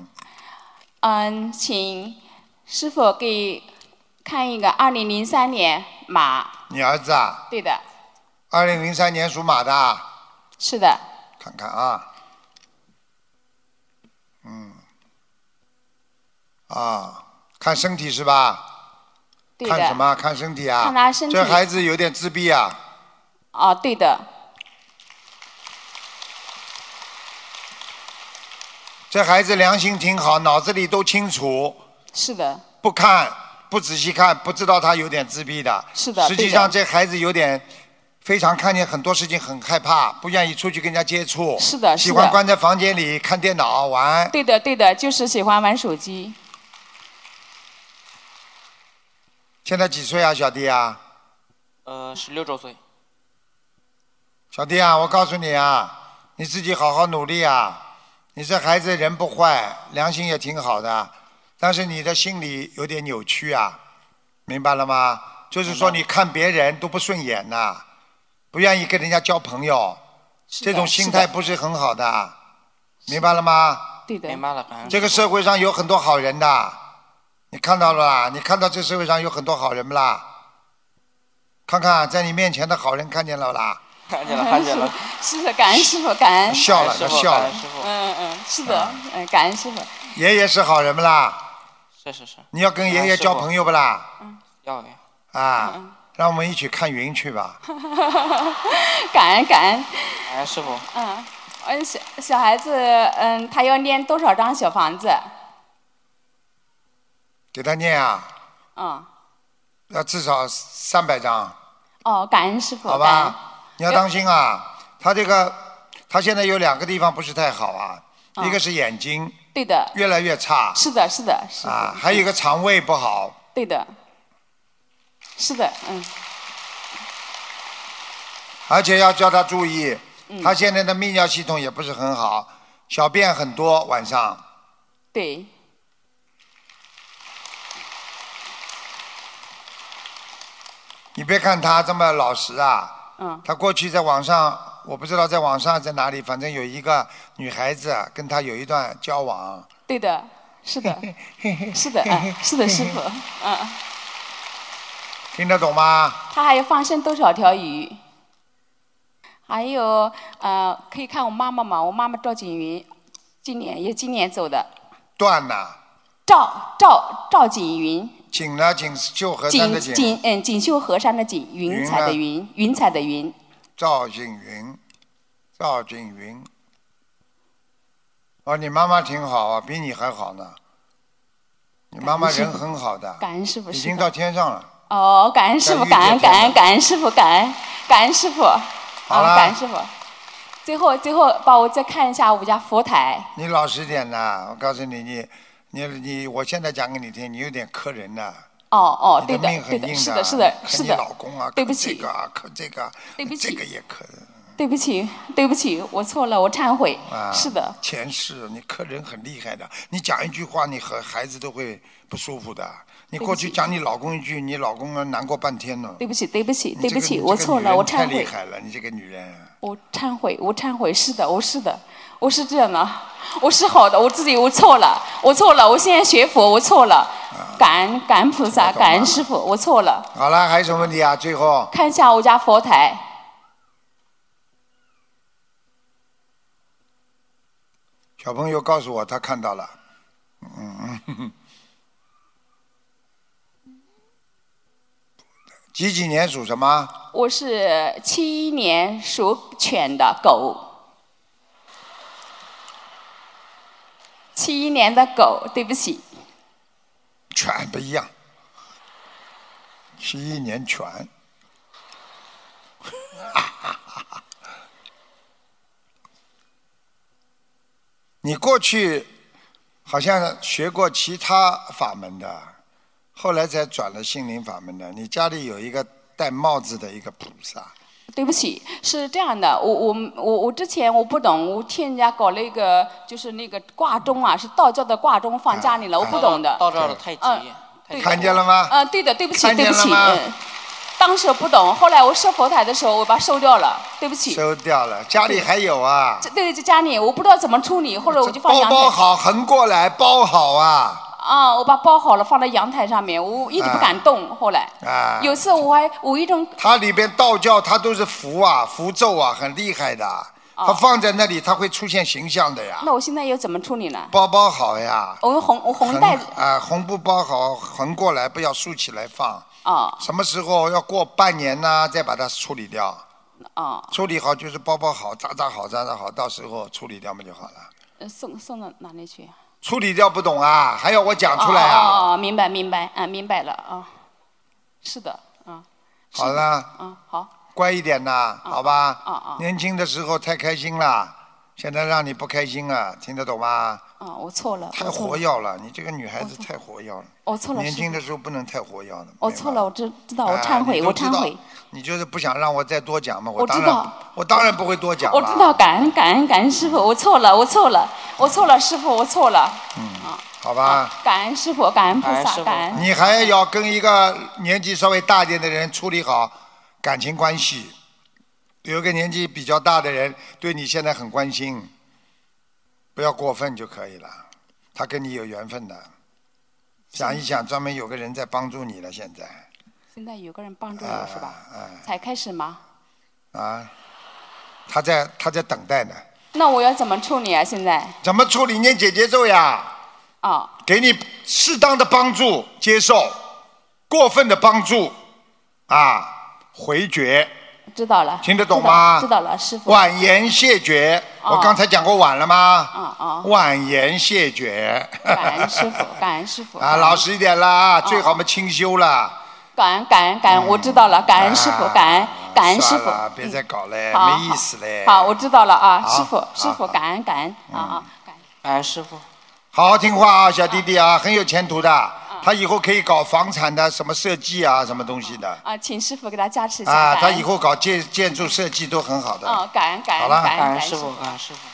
请师父给看一个2003年马。 你儿子啊？ 对的。 2003年属马的。 是的。 看看啊。看身体是吧？ 对的。 看什么？看身体啊？ 看他身体。 这孩子有点自闭啊。 对的。 这孩子良心挺好，脑子里都清楚。 是的。 不看，不仔细看，不知道他有点自闭的。 是的。 实际上这孩子有点非常看见很多事情很害怕，不愿意出去跟人家接触。 是的。 喜欢关在房间里看电脑玩。 对的，就是喜欢玩手机。 现在几岁啊，小弟啊 ？16周岁。 小弟啊，我告诉你啊，你自己好好努力啊。你这孩子人不坏，良心也挺好的，但是你的心理有点扭曲啊，明白了吗？就是说你看别人都不顺眼呐，不愿意跟人家交朋友，这种心态不是很好的，明白了吗？ 对的。 明白了。 这个社会上有很多好人的，你看到了啦？你看到这社会上有很多好人不啦？看看在你面前的好人看见了啦？ 看见了。 是的，感恩师傅，感恩。 笑了。 是的，感恩师傅。 爷爷是好人不啦？ 是。 你要跟爷爷交朋友不啦？ 要。 让我们一起看云去吧。 感恩。感恩师傅。 小孩子，他要念多少张小房子？ 给他念啊。要至少300张。 感恩师傅。 好吧，你要当心啊，他现在有2个地方不是太好啊，一个是眼睛。 对的。 越来越差。 是的。 还有一个肠胃不好。 对的。是的。 而且要叫他注意，他现在的泌尿系统也不是很好，小便很多晚上。 对。 你别看他这么老实啊，他过去在网上，我不知道在网上在哪里，反正有一个女孩子跟他有一段交往。 对的，是的，是的，是的，师傅， 听得懂吗？ 他还有放生多少条鱼？还有可以看我妈妈嘛？我妈妈赵锦云，今年走的。 断了。 赵锦云。 锦呢？锦绣河山的锦。 锦绣河山的锦，云彩的云，云彩的云。 赵锦云。哦，你妈妈挺好啊，比你还好呢。你妈妈人很好的。 感恩师傅。 已经到天上了。 哦，感恩师傅，感恩师傅，感恩师傅。 好了。 感恩师傅。最后帮我再看一下我家佛台。 你老实点呐，我告诉你，我现在讲给你听，你有点克人呐。 对的，对的，是的， 克你老公啊， 对不起， 克这个， 对不起， 这个也克。 对不起，对不起，我错了，我忏悔。是的。 前世你克人很厉害的，你讲一句话，你和孩子都会不舒服的。你过去讲你老公一句，你老公难过半天呢。 对不起，对不起，对不起，我错了，我忏悔。 太厉害了，你这个女人。 我忏悔，我忏悔，是的，我是的，我是这样的，我是好的，我自己我错了，我错了，我现在学佛，我错了，感恩菩萨，感恩师父，我错了。 好了，还有什么问题啊？最后看一下我家佛台。 小朋友告诉我，他看到了。几年属什么？ 我是71年属犬的狗。71年的狗，对不起。 犬不一样。71年犬。你过去好像学过其他法门的，后来才转了心灵法门的。你家里有一个戴帽子的一个菩萨。 对不起，是这样的，我之前我不懂，我替人家搞了一个，就是那个挂钟啊，是道教的挂钟放家里了，我不懂的。 道教的太极。 看见了吗？ 对的，对不起，对不起。当时不懂，后来我设佛台的时候，我把它收掉了，对不起。 收掉了，家里还有啊？ 对，在家里，我不知道怎么处理，后来我就放阳台。 包好，横过来包好啊。 我把包好了，放在阳台上面，我一直不敢动。后来，有次我还无意中， 它里边道教它都是符啊、符咒啊，很厉害的。它放在那里，它会出现形象的呀。 那我现在又怎么处理呢？ 包好呀。 我用红袋子。 红布包好，横过来，不要竖起来放。什么时候要过半年呢？再把它处理掉。处理好就是包好，扎好，到时候处理掉嘛就好了。 送到哪里去？ 处理掉不懂啊，还要我讲出来啊？ 明白，明白了啊。是的， 好了。 好。 乖一点呐，好吧？年轻的时候太开心了，现在让你不开心了，听得懂吗？ 我错了。 太活跃了，你这个女孩子太活跃了。 我错了。 年轻的时候不能太活跃了。 我错了，我知道，我忏悔，我忏悔。 你就是不想让我再多讲嘛？ 我知道。 我当然不会多讲了。 我知道，感恩师傅，我错了，师傅，我错了。 好吧。 感恩师傅，感恩菩萨，感恩。 你还要跟一个年纪稍微大一点的人处理好感情关系，有个年纪比较大的人对你现在很关心，不要过分就可以了。他跟你有缘分的，想一想，专门有个人在帮助你了。现在有个人帮助我是吧？才开始吗？ 他在等待呢。 那我要怎么处理啊？现在怎么处理？念姐姐咒呀。给你适当的帮助，接受；过分的帮助，回绝。 知道了。 听得懂吗？ 知道了，师父。 婉言谢绝。我刚才讲过婉了吗？婉言谢绝。 感恩师父，感恩师父。 老实一点啦，最好嘛清修了。 感恩，我知道了，感恩师父，感恩师父。 算了，别再搞嘞，没意思嘞。 好，我知道了啊，师父，感恩。 感恩师父。 好好听话啊，小弟弟啊，很有前途的。他以后可以搞房产的什么设计啊，什么东西的。 请师父给他加持一下。 他以后搞建筑设计都很好的。 感恩。 好了， 感恩师父，感恩师父。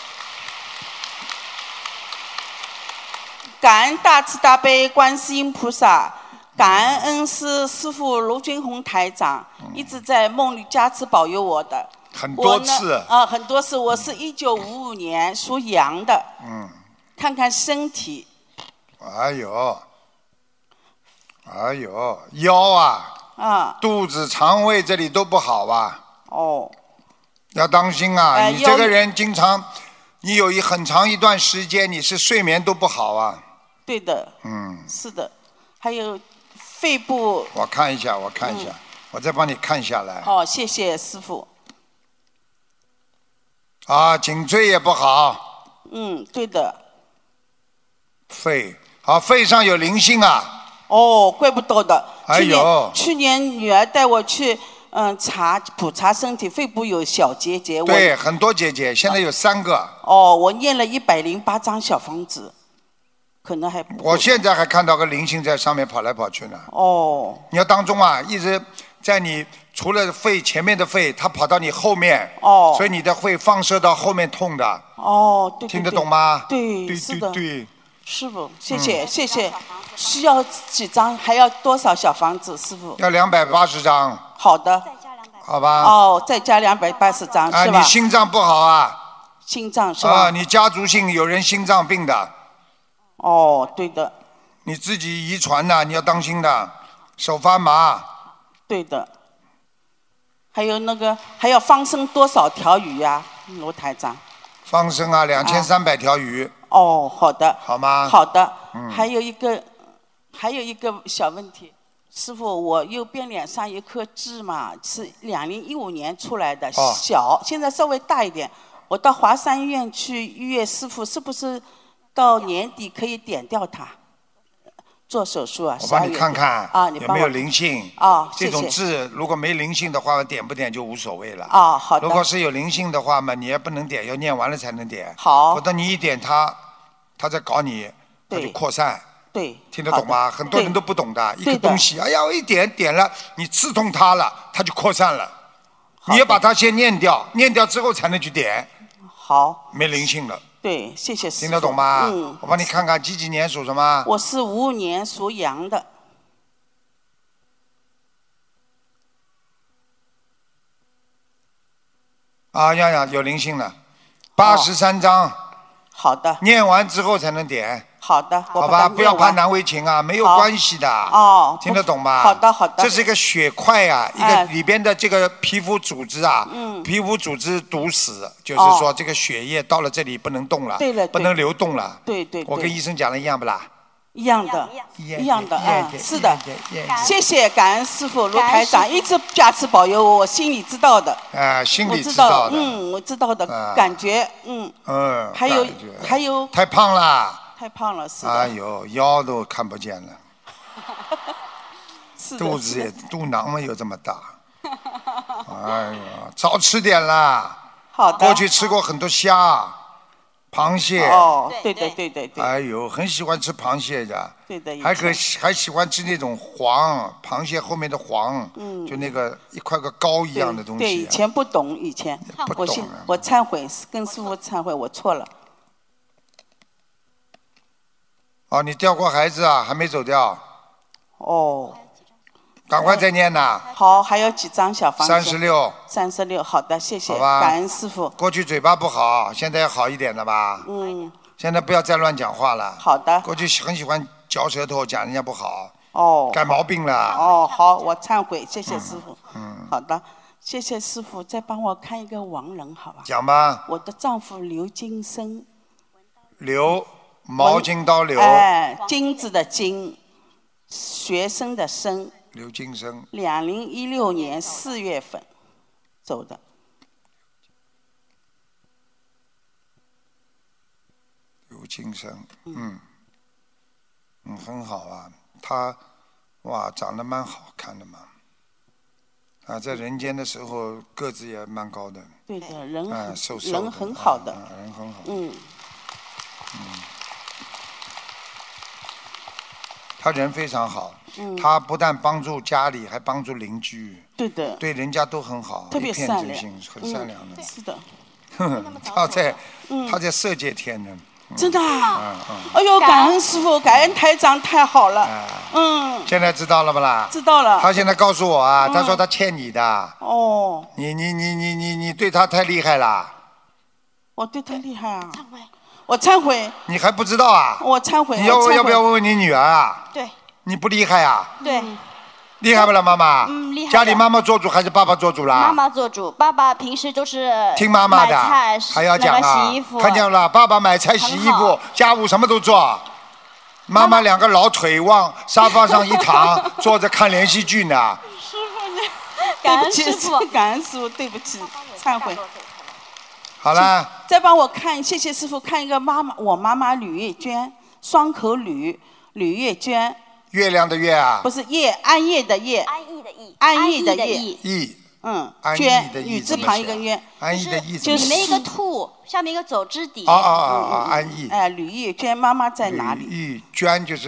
感恩大慈大悲观世音菩萨，感恩恩师师父卢军宏台长，一直在梦里加持保佑我的。 很多次。 很多次。我是1955年属羊的。看看身体。 哎呦，腰啊，肚子、肠胃这里都不好啊。要当心啊！你这个人经常，你有很长一段时间你是睡眠都不好啊。 对的。是的。还有肺部。 我看一下，我再帮你看下来。 谢谢师父。 颈椎也不好。 对的。 肺上有灵性啊。 怪不得的。 哎呦， 去年女儿带我去普查身体，肺部有小结节。 对，很多结节，现在有3个。 我念了108张小房子，可能还不够。 我现在还看到个灵性在上面跑来跑去呢。 哦。 你要当中啊，一直在你除了肺前面的肺，它跑到你后面， 哦， 所以你的会放射到后面痛的。 哦，对， 听得懂吗？ 对， 对是的。 对。 师傅，谢谢谢谢。需要几张？还要多少小房子？师傅？ 要280张。 好的。 好吧。 哦，再加280张是吧？ 你心脏不好啊？ 心脏是吧？ 你家族性有人心脏病的。 哦，对的。 你自己遗传的，你要当心的，手发麻。 对的。还有那个还要放生多少条鱼呀，卢台长？ 放生啊，2300条鱼。 哦，好的。 好吗？ 好的。还有一个小问题，师傅，我右边脸上有颗痣嘛，是2015年出来的，小，现在稍微大一点。我到华山医院去预约师傅，是不是到年底可以点掉它？做手术啊？ 我帮你看看有没有灵性。 谢谢。 这种痣如果没灵性的话，点不点就无所谓了。 好的。 如果是有灵性的话嘛，你也不能点，要念完了才能点。 好。 否则你一点它在搞你，它就扩散。 对。 听得懂吗？很多人都不懂的，一个东西，哎呀，我一点了，你刺痛它了，它就扩散了。你要把它先念掉，念掉之后才能去点。 好。 没灵性了。 对，谢谢师傅。 听得懂吗？我帮你看看几年属什么？ 我是55年属羊的。 有灵性了，83张。 好的。 念完之后才能点。 好的。 好吧，不要怕难为情啊，没有关系的。听得懂吗？ 好的好的。 这是一个血块啊，一个里边的这个皮肤组织啊，皮肤组织堵死，就是说这个血液到了这里不能动了， 对了， 不能流动了。 对。 我跟医生讲的一样不啦？ 一样的，是的。谢谢，感恩师傅卢台长一直加持保佑我，心里知道的。 心里知道的。 我知道的感觉，还有。 太胖了。 太胖了，是的。 哎呦，腰都看不见了。肚子也肚囊没有这么大。哎呀，少吃点啦。 好的。 过去吃过很多虾。螃蟹。 对。 哎呦，很喜欢吃螃蟹的。 对的。 还喜欢吃那种黄螃蟹后面的黄，就那个一块个膏一样的东西。 对，以前不懂， 不懂。 我忏悔，跟师父忏悔，我错了。 你掉过孩子啊，还没走掉。赶快再念呐。 好，还有几张小房子 ？36。 好的，谢谢，感恩师父。 过去嘴巴不好，现在要好一点了吧？现在不要再乱讲话了。 好的。 过去很喜欢嚼舌头，讲人家不好。改毛病了。 好，我忏悔，谢谢师父。好的，谢谢师父，再帮我看一个亡人，好吧？ 讲吧。 我的丈夫刘金生。 刘。毛巾刀刘。 金子的金，学生的生。 刘金生。 2016年4月份走的。 刘金生，很好啊，他长得蛮好看的嘛。在人间的时候个子也蛮高的。 对的，人很好的。 人很好。他人非常好，他不但帮助家里，还帮助邻居。 对的。 对人家都很好， 特别善良， 很善良的。 是的。 他在色界天呢。 真的啊！哎呦，感恩师父，感恩台长，太好了。 现在知道了不啦？ 知道了。 他现在告诉我啊，他说他欠你的。你对他太厉害了。 我对他厉害啊！我忏悔。 你还不知道啊？ 我忏悔。 你要不要问问你女儿啊？ 对。 你不厉害啊？ 对。 厉害不啦，妈妈？ 厉害。 家里妈妈做主还是爸爸做主啦？ 妈妈做主，爸爸平时都是听妈妈的，还要讲啊。 洗衣服。 看见了，爸爸买菜、洗衣服、家务什么都做。妈妈2个老腿往沙发上一躺，坐着看连续剧呢。 师傅，对不起，感恩师傅，对不起，忏悔。 好了， 再帮我看，谢谢师傅，看一个我妈妈吕月娟，双口吕月娟。 月亮的月啊？ 不是叶，安叶的叶。安逸的逸。 逸。 娟，女字旁一个渊。 安逸的逸。 就是里面一个兔，下面一个走之底。 安逸。 吕月娟妈妈在哪里？ 吕娟就是。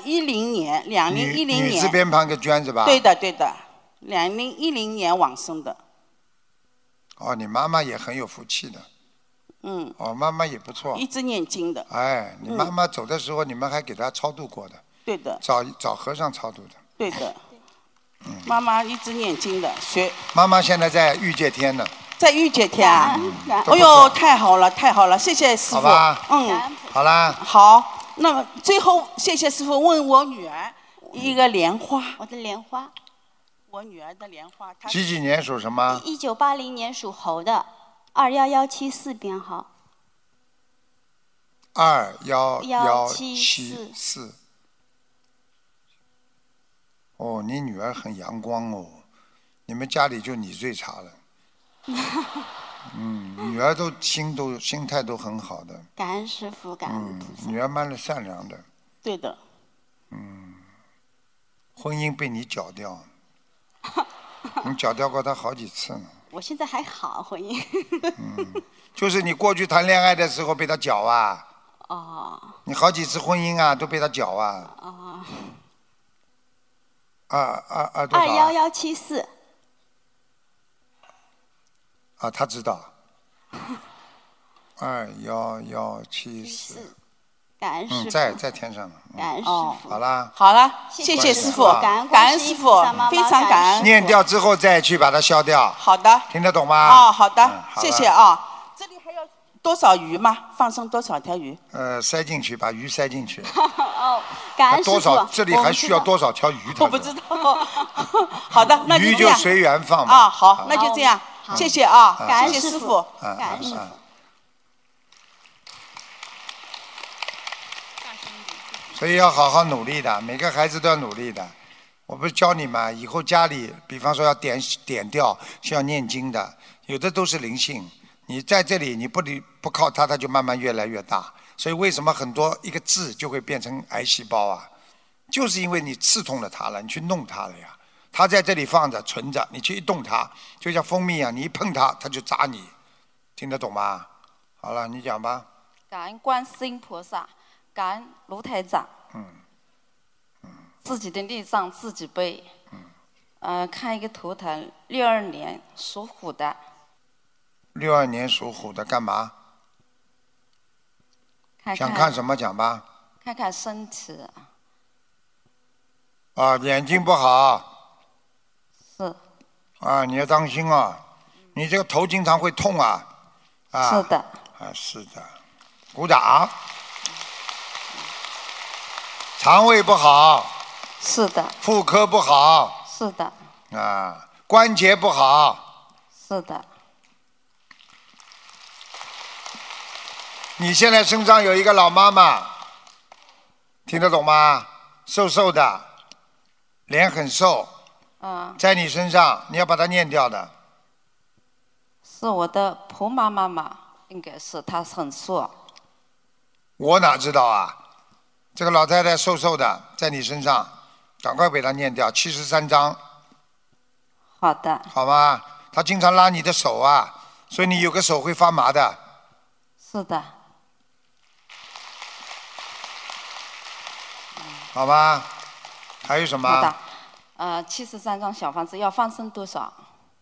对，她是2010年，2010年。 女字边旁一个娟是吧？ 对的。 2010年往生的。 哦，你妈妈也很有福气的。哦，妈妈也不错。 一直念经的。 哎，你妈妈走的时候，你们还给她超度过的。 对的。 找和尚超度的。 对的。妈妈一直念经的，学。 妈妈现在在御界天呢。 在御界天啊！哎呦，太好了，太好了，谢谢师傅。 好吧。好啦。 好，那么最后谢谢师傅。问我女儿一个莲花。 我的莲花。 我女儿的莲花。 几年属什么 ？1980年属猴的，21174编号。 21174。哦，你女儿很阳光哦，你们家里就你最差了。女儿心态都很好的。 感恩师父，感恩菩萨。 女儿蛮善良的。 对的。 婚姻被你搅掉，你搅掉过她好几次呢。 我现在还好，婚姻。 就是你过去谈恋爱的时候被她搅啊。 哦。 你好几次婚姻啊都被她搅啊。 哦。 多少 ？21174。 他知道。21174。 感恩师父。 在天上呢。 感恩师父。 好啦。 好了，谢谢师傅，感恩师傅，非常感恩。 念掉之后再去把它消掉。 好的。 听得懂吗？ 好的，谢谢啊。这里还有多少鱼吗？放生多少条鱼？ 塞进去，把鱼塞进去。 感恩师父。 这里还需要多少条鱼？ 我不知道。好的，那鱼就随缘放吧。 好，那就这样。谢谢啊， 感谢师傅， 感恩师父。 所以要好好努力的，每个孩子都要努力的。我不是教你吗？以后家里，比方说要点掉，需要念经的，有的都是灵性。你在这里，你不靠它，它就慢慢越来越大。所以为什么很多一个痣就会变成癌细胞啊？就是因为你刺痛了它了，你去弄它了呀。它在这里放着存着，你去一动它，就像蜂蜜一样，你一碰它，它就扎你。听得懂吗？好了，你讲吧。 感恩观世音菩萨，感恩卢台长。自己的孽障自己背。看一个图腾，62年属虎的。 62年属虎的干嘛？想看什么讲吧。 看看身体。 眼睛不好。 是。 你要当心啊！你这个头经常会痛啊。 是的。 是的。鼓掌。肠胃不好。 是的。 妇科不好。 是的。 关节不好。 是的。 你现在身上有一个老妈妈，听得懂吗？瘦瘦的，脸很瘦。在你身上，你要把它念掉的。 是我的婆妈妈妈，应该是她很瘦。 我哪知道啊？这个老太太瘦瘦的，在你身上，赶快给她念掉73章。 好的。 好吗？她经常拉你的手啊，所以你有个手会发麻的。 是的。 好吧，还有什么？ 好的。73张小房子要放生多少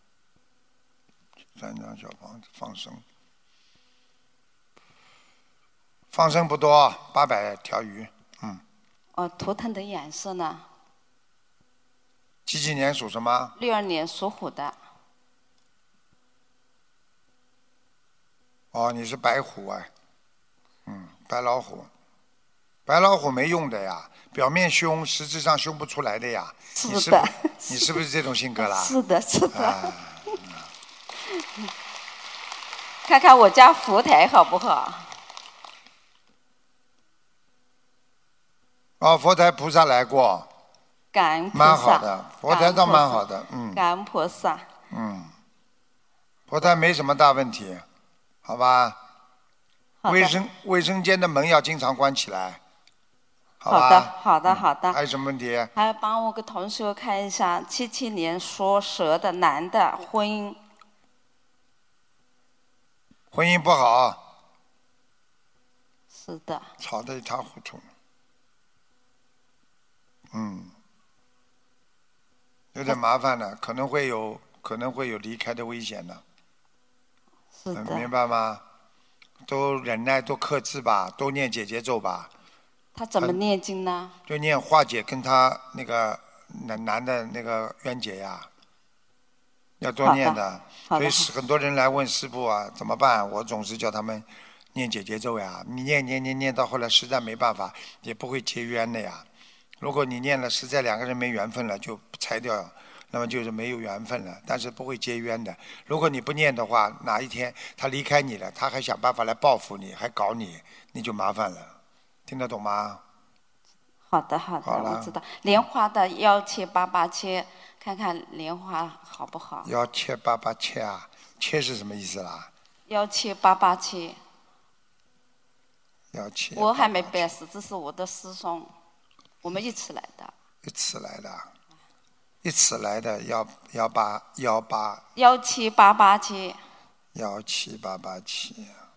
？3张小房子放生。放生不多，800条鱼。 图腾的颜色呢？ 几年属什么 ？62年属虎的。 你是白虎啊。白老虎。白老虎没用的呀，表面凶，实质上凶不出来的呀。 是的。 你是不是这种性格啦？ 是的，是的。看看我家佛台好不好？ 佛台菩萨来过。 感恩菩萨。 蛮好的，佛台倒蛮好的。 感恩菩萨。 佛台没什么大问题，好吧？卫生间的门要经常关起来。好的，好的，好的。 还有什么问题？ 还要帮我个同学看一下，77年属蛇的男的婚姻。 婚姻不好。 是的。 吵得一塌糊涂。 有点麻烦了，可能会有离开的危险的。 是的。 明白吗？都忍耐，多克制吧，多念姐姐咒吧。 他怎么念经呢？ 就念化解跟他那个男的那个冤结呀，要多念的。所以很多人来问师父啊，怎么办？我总是叫他们念姐姐咒呀。你念到后来实在没办法，也不会结冤的呀。如果你念了实在两个人没缘分了，就拆掉，那么就是没有缘分了，但是不会结冤的。如果你不念的话，哪一天他离开你了，他还想办法来报复你，还搞你，你就麻烦了。听得懂吗？ 好的，我知道。莲花的要切8切，看看莲花好不好？ 要切8切啊？切是什么意思啦？ 要切8切。 要切。 我还没拜师，这是我的师兄，我们一起来的。 一起来的，要切8切。 要切8切。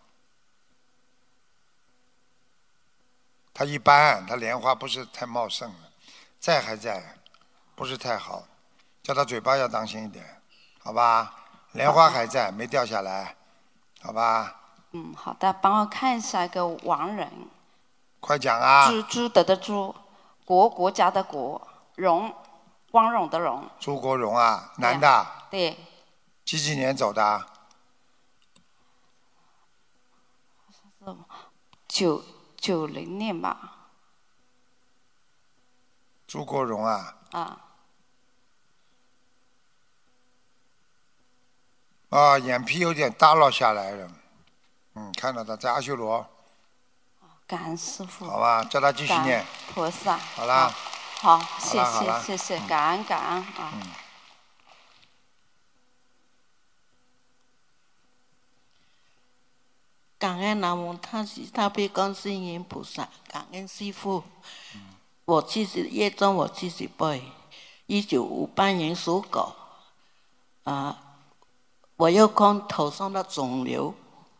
他一般，他莲花不是太茂盛了，还在，不是太好，叫他嘴巴要当心一点，好吧？莲花还在，没掉下来，好吧？ 好的，帮我看一下一个亡人。 快讲啊！ 朱德的朱，国家的国，荣，光荣的荣。 朱国荣啊，男的。 对。 几年走的 ？90年吧。 朱国荣啊。眼皮有点耷拉下来了。看到他在阿修罗。 感恩师父。 好吧，叫他继续念。 菩萨。 好啦。 好，谢谢，感恩啊。 感恩南无大悲观世音菩萨，感恩师父。我自己业障我自己背。1958年属狗，我又看头上的肿瘤。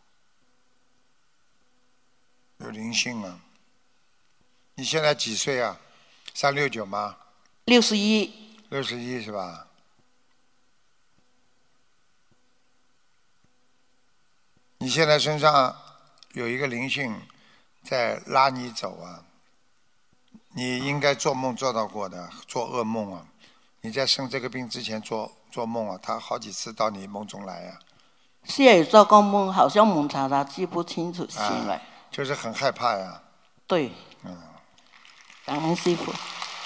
有灵性啊！你现在几岁啊？369吗 ？61。 61是吧？你现在身上有一个灵性在拉你走啊！你应该做梦做到过的，做噩梦啊！你在生这个病之前做梦啊，他好几次到你梦中来啊。 是有做过梦，好像蒙查查记不清楚醒来。 就是很害怕呀。 对。感恩师父。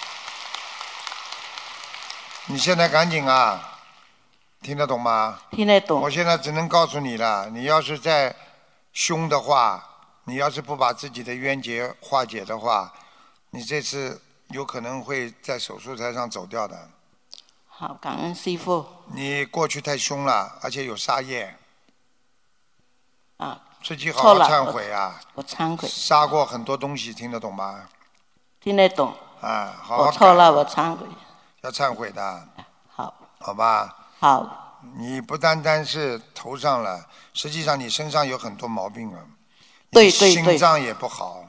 你现在赶紧啊！听得懂吗？ 听得懂。 我现在只能告诉你了，你要是再凶的话，你要是不把自己的冤结化解的话，你这次有可能会在手术台上走掉的。 好，感恩师父。 你过去太凶了，而且有杀业。自己好好忏悔啊！ 我忏悔。 杀过很多东西，听得懂吗？ 听得懂。 好好改。 我错了，我忏悔。 要忏悔的。 好。 好吧。 好。 你不单单是头上了，实际上你身上有很多毛病啊。 对。 心脏也不好，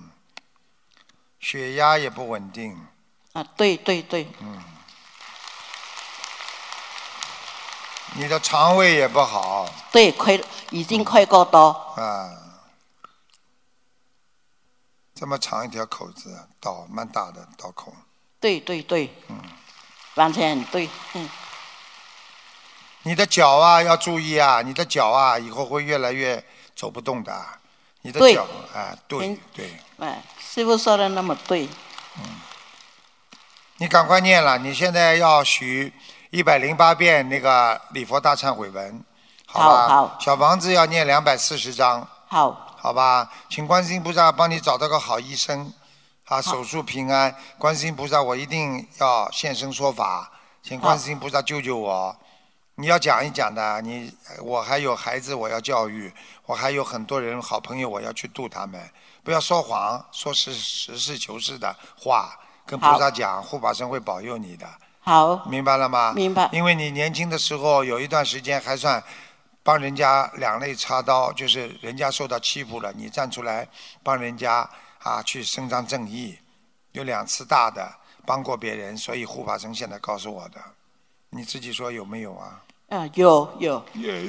血压也不稳定。 对。 你的肠胃也不好。 对，已经快过刀。 这么长一条口子，刀蛮大的刀口。 对。完全很对。 你的脚啊要注意啊，你的脚啊以后会越来越走不动的。你的脚对。 师父说的那么对。 你赶快念了，你现在要许108遍那个礼佛大忏悔文，好吧？ 好。 小房子要念240章。好吧，请观世音菩萨帮你找到个好医生，手术平安。观世音菩萨，我一定要现身说法，请观世音菩萨救救我。你要讲一讲的，我还有孩子我要教育，我还有很多人好朋友我要去度他们，不要说谎，说实事求是的话，跟菩萨讲，护法神会保佑你的。 好， 明白了吗？ 明白。 因为你年轻的时候有一段时间还算帮人家两肋插刀，就是人家受到欺负了，你站出来帮人家去伸张正义，有2次大的帮过别人，所以护法神现在告诉我的。 你自己说有没有啊？ 有。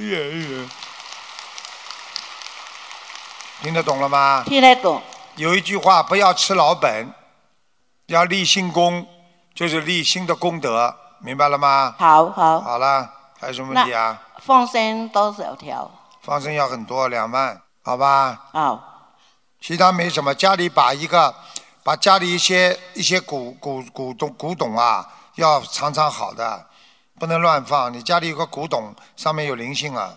听得懂了吗？ 听得懂。 有一句话，不要吃老本，要立新功，就是立新的功德，明白了吗？ 好。 好了，还有什么问题啊？ 放生多少条？ 放生要很多，2万，好吧？ 好。 其他没什么，家里把家里一些古董啊，要藏好的，不能乱放。你家里有个古董，上面有灵性啊。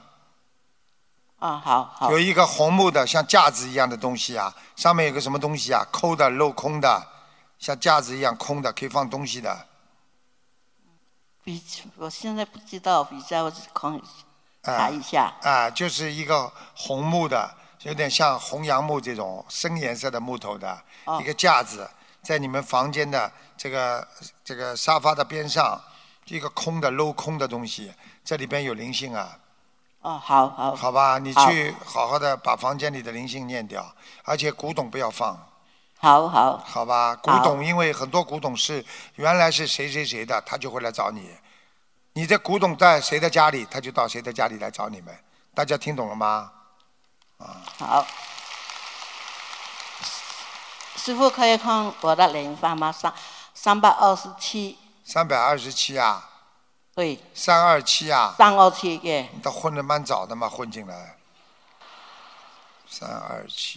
好。 有一个红木的像架子一样的东西啊，上面有个什么东西啊，抠的镂空的，像架子一样空的，可以放东西的。 我现在不知道，比较查一下。 就是一个红木的，有点像红杨木这种深颜色的木头的一个架子，在你们房间的这个沙发的边上，一个空的镂空的东西，这里边有灵性啊。 好吧，你去好好的把房间里的灵性念掉，而且古董不要放。好吧，古董因为很多古董是原来是谁的，他就会来找你。你的古董在谁的家里，他就到谁的家里来找你们。大家听懂了吗？ 好。师父可以看我的莲花吗？327。 327啊？ 对。 327啊 ？327耶。 你都混得蛮早的嘛，混进来。327。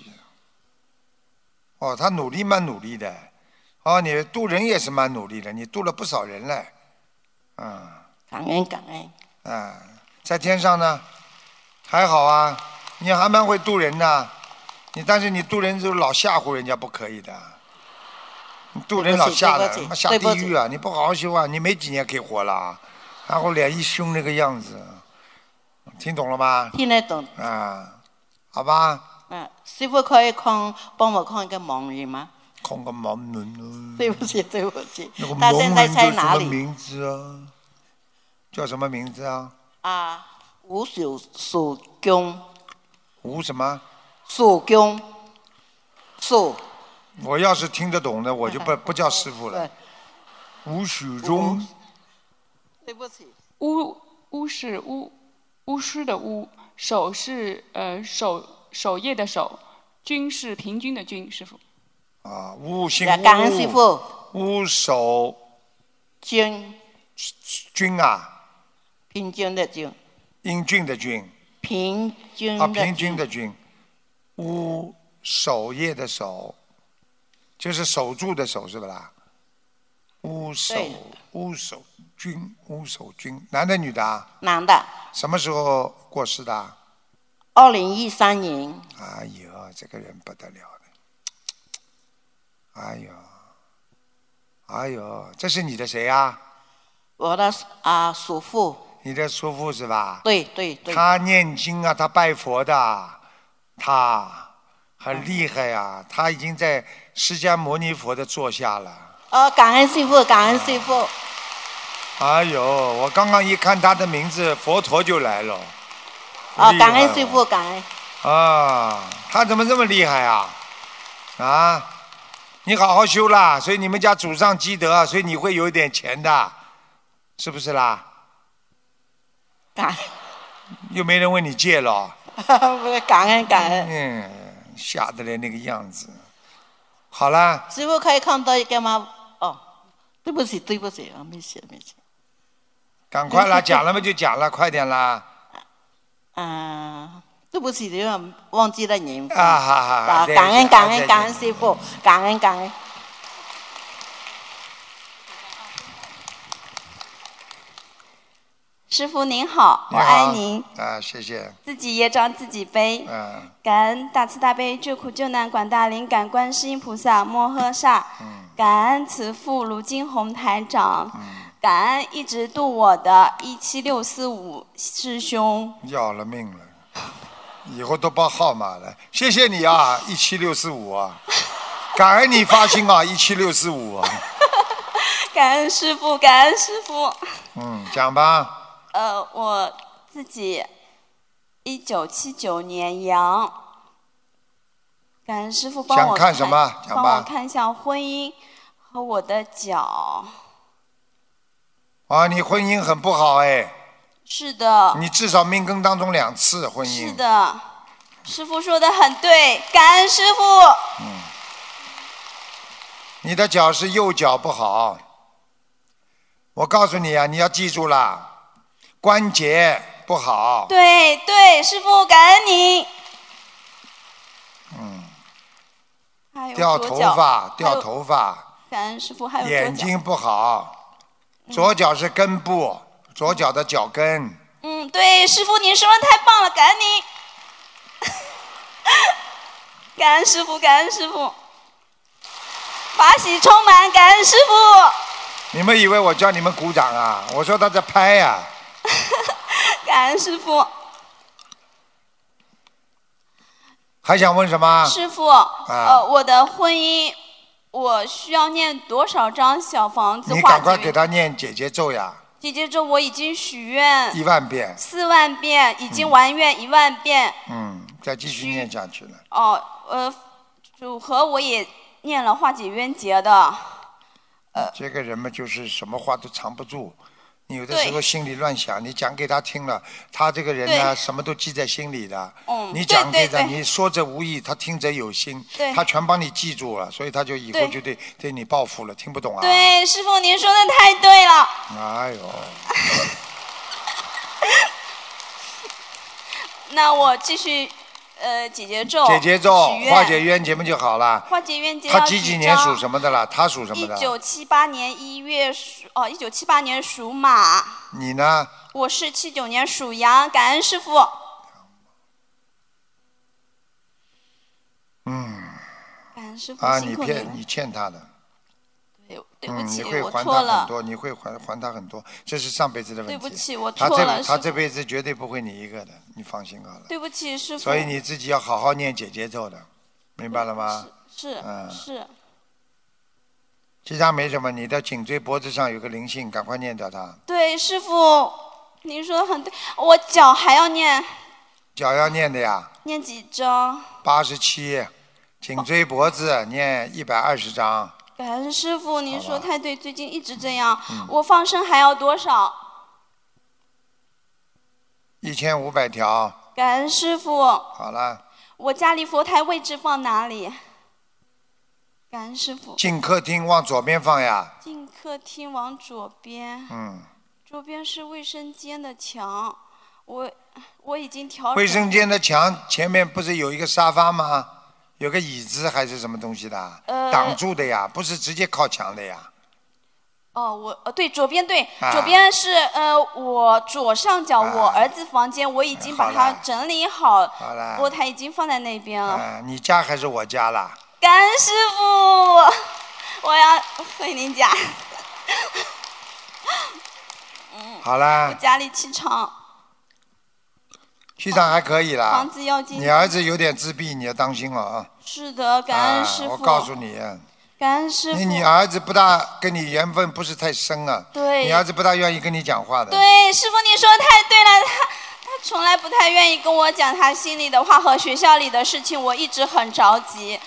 他努力蛮努力的。你渡人也是蛮努力的，你渡了不少人嘞。 感恩。 在天上呢，还好啊，你还蛮会渡人的。但是你渡人就老吓唬人家，不可以的。你渡人老吓的，他妈下地狱啊！你不好好修啊，你没几年可以活了，然后脸一凶那个样子，听懂了吗？ 听得懂。 好吧。 师父可以帮我看一个盲人吗？ 看个盲人对不起。 那个他现在在哪里？ 什么名字啊？叫什么名字啊？ 吴守公。 吴什么？ 守公。守。 我要是听得懂的，我就不叫师父了。吴守忠。 对不起。 巫是巫师的巫，守是守夜的守，君是平均的均，师父。 巫姓巫。 感恩师父。 巫守君啊。 平均的均。 英俊的俊。 平均的均。 平均的均。巫守夜的守，就是守住的守，是不啦？巫守君，男的女的啊？ 男的。 什么时候过世的 ？2013年。 哎呦，这个人不得了的！哎呦，这是你的谁啊？ 我的叔父。 你的叔父是吧？ 对。 他念经啊，他拜佛的，他很厉害啊，他已经在释迦牟尼佛的座下了。 感恩师父。 哎呦，我刚刚一看他的名字，佛陀就来了。 感恩师父，感恩。 他怎么这么厉害啊？你好好修啦，所以你们家祖上积德，所以你会有一点钱的，是不是啦？又没人问你借了。 感恩。 吓得来那个样子。好了。 师父可以看到一个吗？对不起，没事。 赶快啦，讲了嘛就讲了，快点啦。 对不起，忘记了年份。 好。 感恩师父，感恩。 师父您好，我爱您。 谢谢。 自己业障自己背。感恩大慈大悲救苦救难广大灵感观世音菩萨摩诃萨。感恩慈父卢金红台长。感恩一直度我的17645师兄。 要了命了，以后都报号码了。谢谢你啊，17645啊，感恩你发心啊，17645啊。 感恩师父，感恩师父。 讲吧。 我自己1979年羊，感恩师父帮我看什么？讲吧。 帮我看一下婚姻和我的脚。 啊，你婚姻很不好哎。 是的。 你至少命根当中2次婚姻。 是的，师父说的很对，感恩师父。 你的脚是右脚不好，我告诉你啊，你要记住了，关节不好。 对对，师父感恩您。 掉头发，掉头发。 感恩师父，还有眼睛不好，左脚是根部，左脚的脚跟。 对，师父您说的太棒了，感恩您。感恩师父，感恩师父。法喜充满，感恩师父。 你们以为我叫你们鼓掌啊？我说他在拍呀。 感恩师父。 还想问什么？ 师父，我的婚姻，我需要念多少张小房子？ 你赶快给他念姐姐咒呀。 姐姐咒我已经许愿 1万遍 ，4万遍，已经完愿1万遍。 再继续念下去了。 组合我也念了化解冤结的。 这个人嘛，就是什么话都藏不住。你有的时候心里乱想，你讲给他听了，他这个人呢，什么都记在心里的。你讲给他，你说者无意，他听者有心，他全帮你记住了，所以他就以后就对你报复了。听不懂啊？ 对，师父您说的太对了。 哎呦。 那我继续。姐姐咒， 化解冤结不就好了？ 化解冤结。 他几年属什么的了？他属什么的 ？1978年1月1978年属马。 你呢？ 我是79年属羊，感恩师父。感恩师父。 你欠他的。 对不起， 你会还他很多，你会还他很多，这是上辈子的问题。 对不起，我错了。 他这辈子绝对不会你一个的，你放心好了。 对不起，师父。 所以你自己要好好念姐姐咒的，明白了吗？ 是。 其他没什么，你的颈椎脖子上有个灵性，赶快念掉它。 对，师父，您说的很对，我脚还要念。 脚要念的呀。 念几张 ？87，颈椎脖子念120张。 感恩师父，您说太对，最近一直这样。我放生还要多少 ？1500条。 感恩师父。 好了。 我家里佛台位置放哪里？感恩师父。 进客厅往左边放呀。 进客厅往左边。左边是卫生间的墙，我已经调整。 卫生间的墙前面不是有一个沙发吗？有个椅子还是什么东西的，挡住的呀，不是直接靠墙的呀。 对，左边对，左边是我左上角我儿子房间，我已经把它整理好，佛台已经放在那边了。 你家还是我家啦？ 感恩师父，我要回您家。 好啦。 我家里气场。 气场还可以啦， 房子要进。 你儿子有点自闭，你要当心了啊。 是的，感恩师父。 我告诉你， 感恩师父。 你儿子不大跟你缘分不是太深啊。 对。 你儿子不大愿意跟你讲话的。 对，师父你说的太对了，他从来不太愿意跟我讲他心里的话和学校里的事情，我一直很着急。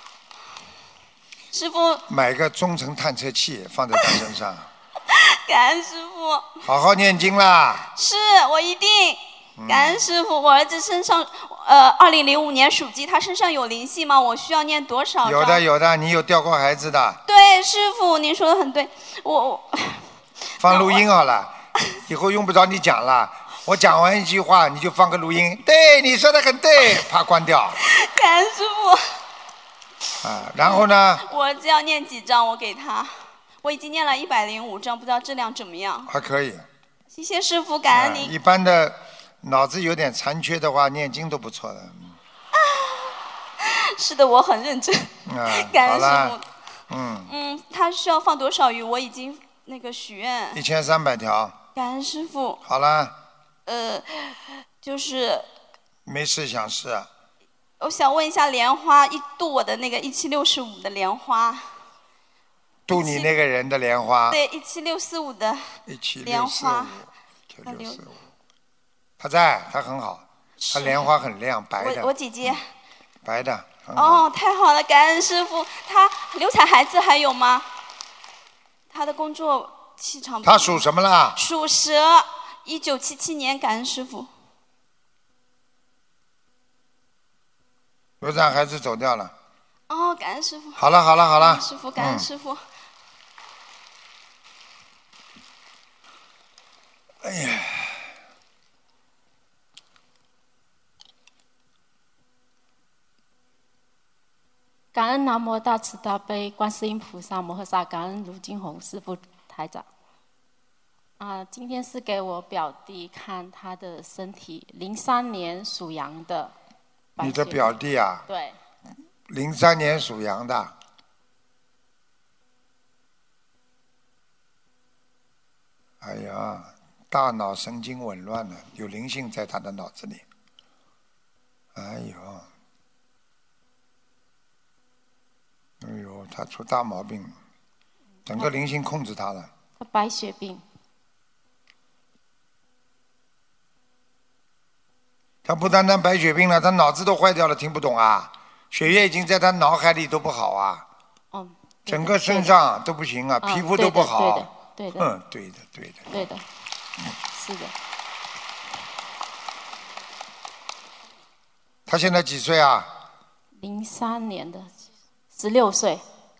师父。 买个中程探测器放在他身上。 感恩师父。 好好念经啦。 是，我一定。感恩师父，我儿子身上，2005年属鸡，他身上有灵性吗？我需要念多少张？ 有的，你有掉过孩子的。 对，师父，您说的很对，我放录音好了，以后用不着你讲了，我讲完一句话你就放个录音，对，你说的很对，啪关掉。 感恩师父。 然后呢？ 我只要念几张，我给他，我已经念了105张，不知道质量怎么样？ 还可以。 谢谢师父，感恩您。 一般的。脑子有点残缺的话，念经都不错的。 是的，我很认真。感恩师父。他需要放多少鱼？我已经许愿。 1300条。 感恩师父。 好了。 就是。 没事想事。 我想问一下莲花，度我的1765的莲花。 度你那个人的莲花。 对，17645的莲花。 17645。他在，他很好，他莲花很亮，白的。 我姐姐。 白的。 太好了，感恩师父。他流产孩子还有吗？他的工作气场。 他属什么啦？ 属蛇，1977年，感恩师傅。 流产孩子走掉了。 哦，感恩师傅。 好了好了好了。 师傅，感恩师傅。 哎呀。 感恩南无大慈大悲观世音菩萨摩诃萨，感恩卢金红师父台长。今天是给我表弟看他的身体，03年属羊的。 你的表弟啊？ 对。 03年属羊的。哎呀，大脑神经紊乱了，有灵性在他的脑子里。哎呦。哎呦，他出大毛病了，整个灵性控制他了。 他白血病。 他不单单白血病了，他脑子都坏掉了，听不懂啊！血液已经在他脑海里都不好啊。整个身上都不行啊，皮肤都不好。 对的。 对的。 对的。是的。 他现在几岁啊 ？03年的。16岁。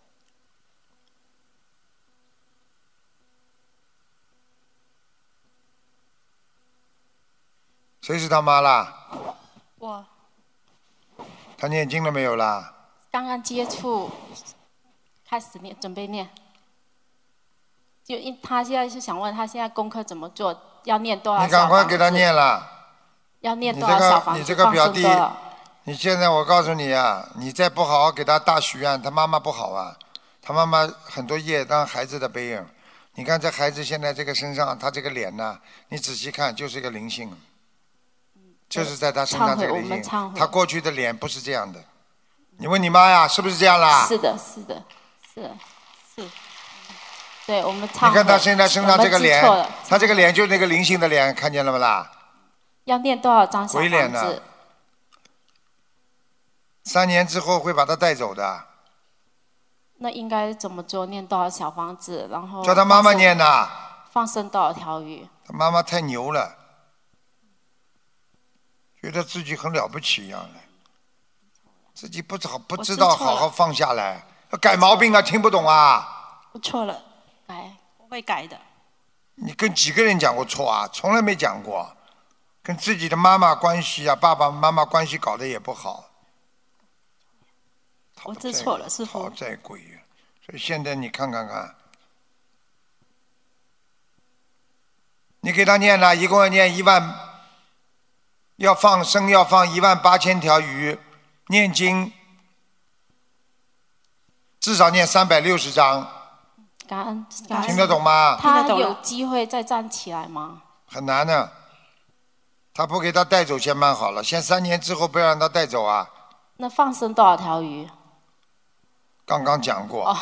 谁是他妈啦？ 我。 他念经了没有啦？ 刚刚接触，开始念，准备念。他现在是想问他现在功课怎么做，要念多少小房子？ 你赶快给他念了。 要念多少小房子？ 你这个表弟。你现在我告诉你啊，你再不好好给他大许愿，他妈妈不好啊，他妈妈很多业当孩子的背影。你看这孩子现在这个身上，他这个脸呢，你仔细看就是一个灵性，就是在他身上这个灵性。他过去的脸不是这样的。你问你妈呀，是不是这样啦？ 是。对，我们忏悔。 你看他现在身上这个脸，他这个脸就是那个灵性的脸，看见了吗啦？ 要念多少张小房子？ 鬼脸呢？3年之后会把他带走的。 那应该怎么做？念多少小房子？然后叫他妈妈念呐。 放生多少条鱼？ 他妈妈太牛了，觉得自己很了不起一样的，自己不知道好好放下来，要改毛病啊，听不懂啊。 我错了，我会改的。 你跟几个人讲过错啊？从来没讲过。跟自己的妈妈关系啊，爸爸妈妈关系搞得也不好。 我知错了，师父。 讨债鬼，所以现在你看，你给他念了，一共要念1万，要放生要放18000条鱼，念经至少念360章。 感恩。 听得懂吗？ 他有机会再站起来吗？ 很难的，他不给他带走先蛮好了，先3年之后不要让他带走啊。 那放生多少条鱼？ 刚刚讲过。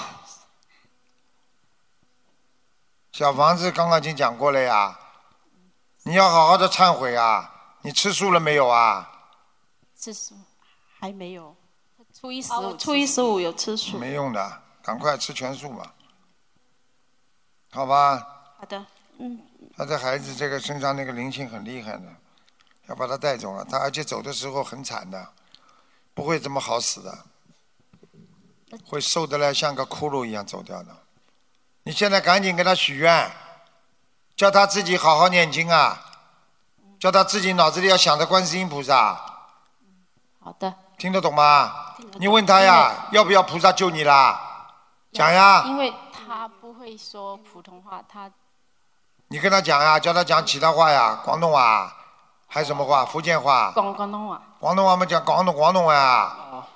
小房子刚刚已经讲过了呀，你要好好的忏悔啊！你吃素了没有啊？ 吃素还没有，初一十五有吃素。 没用的，赶快吃全素嘛，好吧？ 好的， 他这孩子这个身上那个灵性很厉害的，要把他带走了，他而且走的时候很惨的，不会这么好死的。会瘦得来像个骷髅一样走掉的。你现在赶紧给他许愿，叫他自己好好念经啊，叫他自己脑子里要想着观世音菩萨。 好的。 听得懂吗？你问他呀，要不要菩萨救你啦？讲呀。 因为他不会说普通话， 你跟他讲呀，叫他讲其他话呀，广东话，还有什么话？福建话。 广东话。 广东话嘛，讲广东话呀。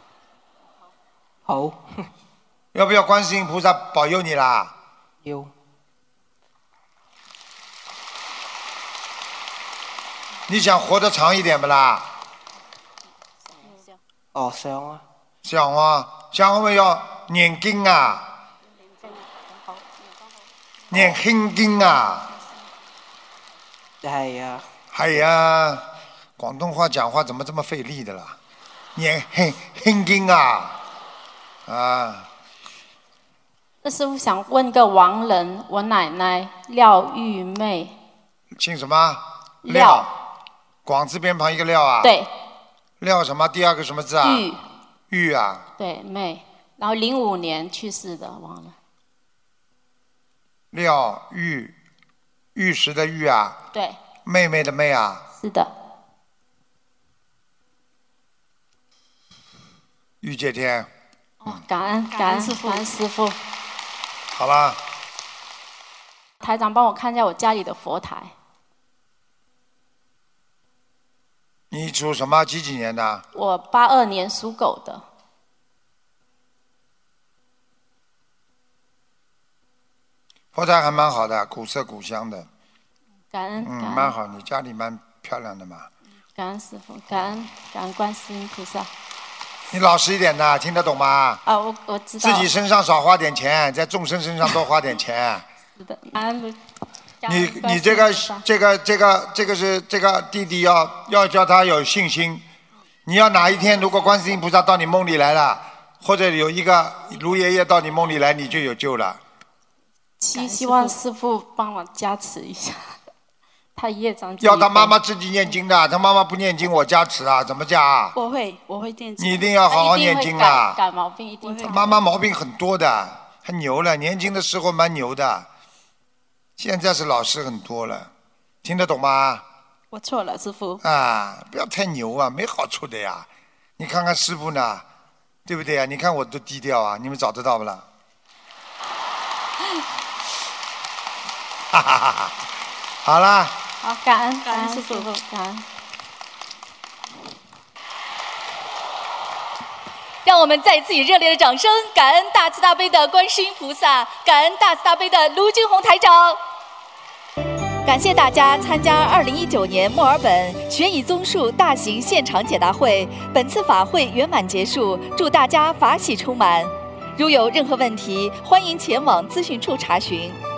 好。 要不要观世音菩萨保佑你啦？ 有。 你想活得长一点不啦？ 哦，想啊。 想啊，想我们要念经啊，念心经啊。 系啊。 系啊，广东话讲话怎么这么费力的啦？念心经啊，啊。 那师父想问个亡人，我奶奶廖玉妹。 姓什么？ 廖。 广字边旁一个廖啊？ 对。 廖什么？第二个什么字啊？ 玉。 玉啊？ 对，妹。然后05年去世的，忘了。 廖玉，玉石的玉啊？ 对。 妹妹的妹啊？ 是的。 玉界天。 感恩师父。 好了。 台长帮我看一下我家里的佛台。 你属什么？几年的？ 我82年属狗的。 佛台还蛮好的，古色古香的。 感恩。 蛮好，你家里蛮漂亮的嘛。 感恩师父，感恩观世音菩萨。 你老实一点的，听得懂吗？ 啊，我知道。 自己身上少花点钱，在众生身上多花点钱。 是的， 你这个是这个弟弟要叫他有信心。你要哪一天如果观世音菩萨到你梦里来了，或者有一个卢爷爷到你梦里来，你就有救了。 希望师父帮我加持一下，他业障。 要他妈妈自己念经的，他妈妈不念经，我加持啊，怎么加啊？ 我会念经。 你一定要好好念经啊！ 改毛病一定。 妈妈毛病很多的，很牛了，年轻的时候蛮牛的，现在是老实很多了，听得懂吗？ 我错了，师父。 啊，不要太牛啊，没好处的呀！你看看师父呢，对不对啊？你看我多低调啊，你们找得到不啦？哈哈哈哈！好啦。 好，感恩师父，感恩。 让我们再次以热烈的掌声，感恩大慈大悲的观世音菩萨，感恩大慈大悲的卢军宏台长。感谢大家参加2019年墨尔本悬疑综述大型现场解答会，本次法会圆满结束，祝大家法喜充满。如有任何问题，欢迎前往资讯处查询。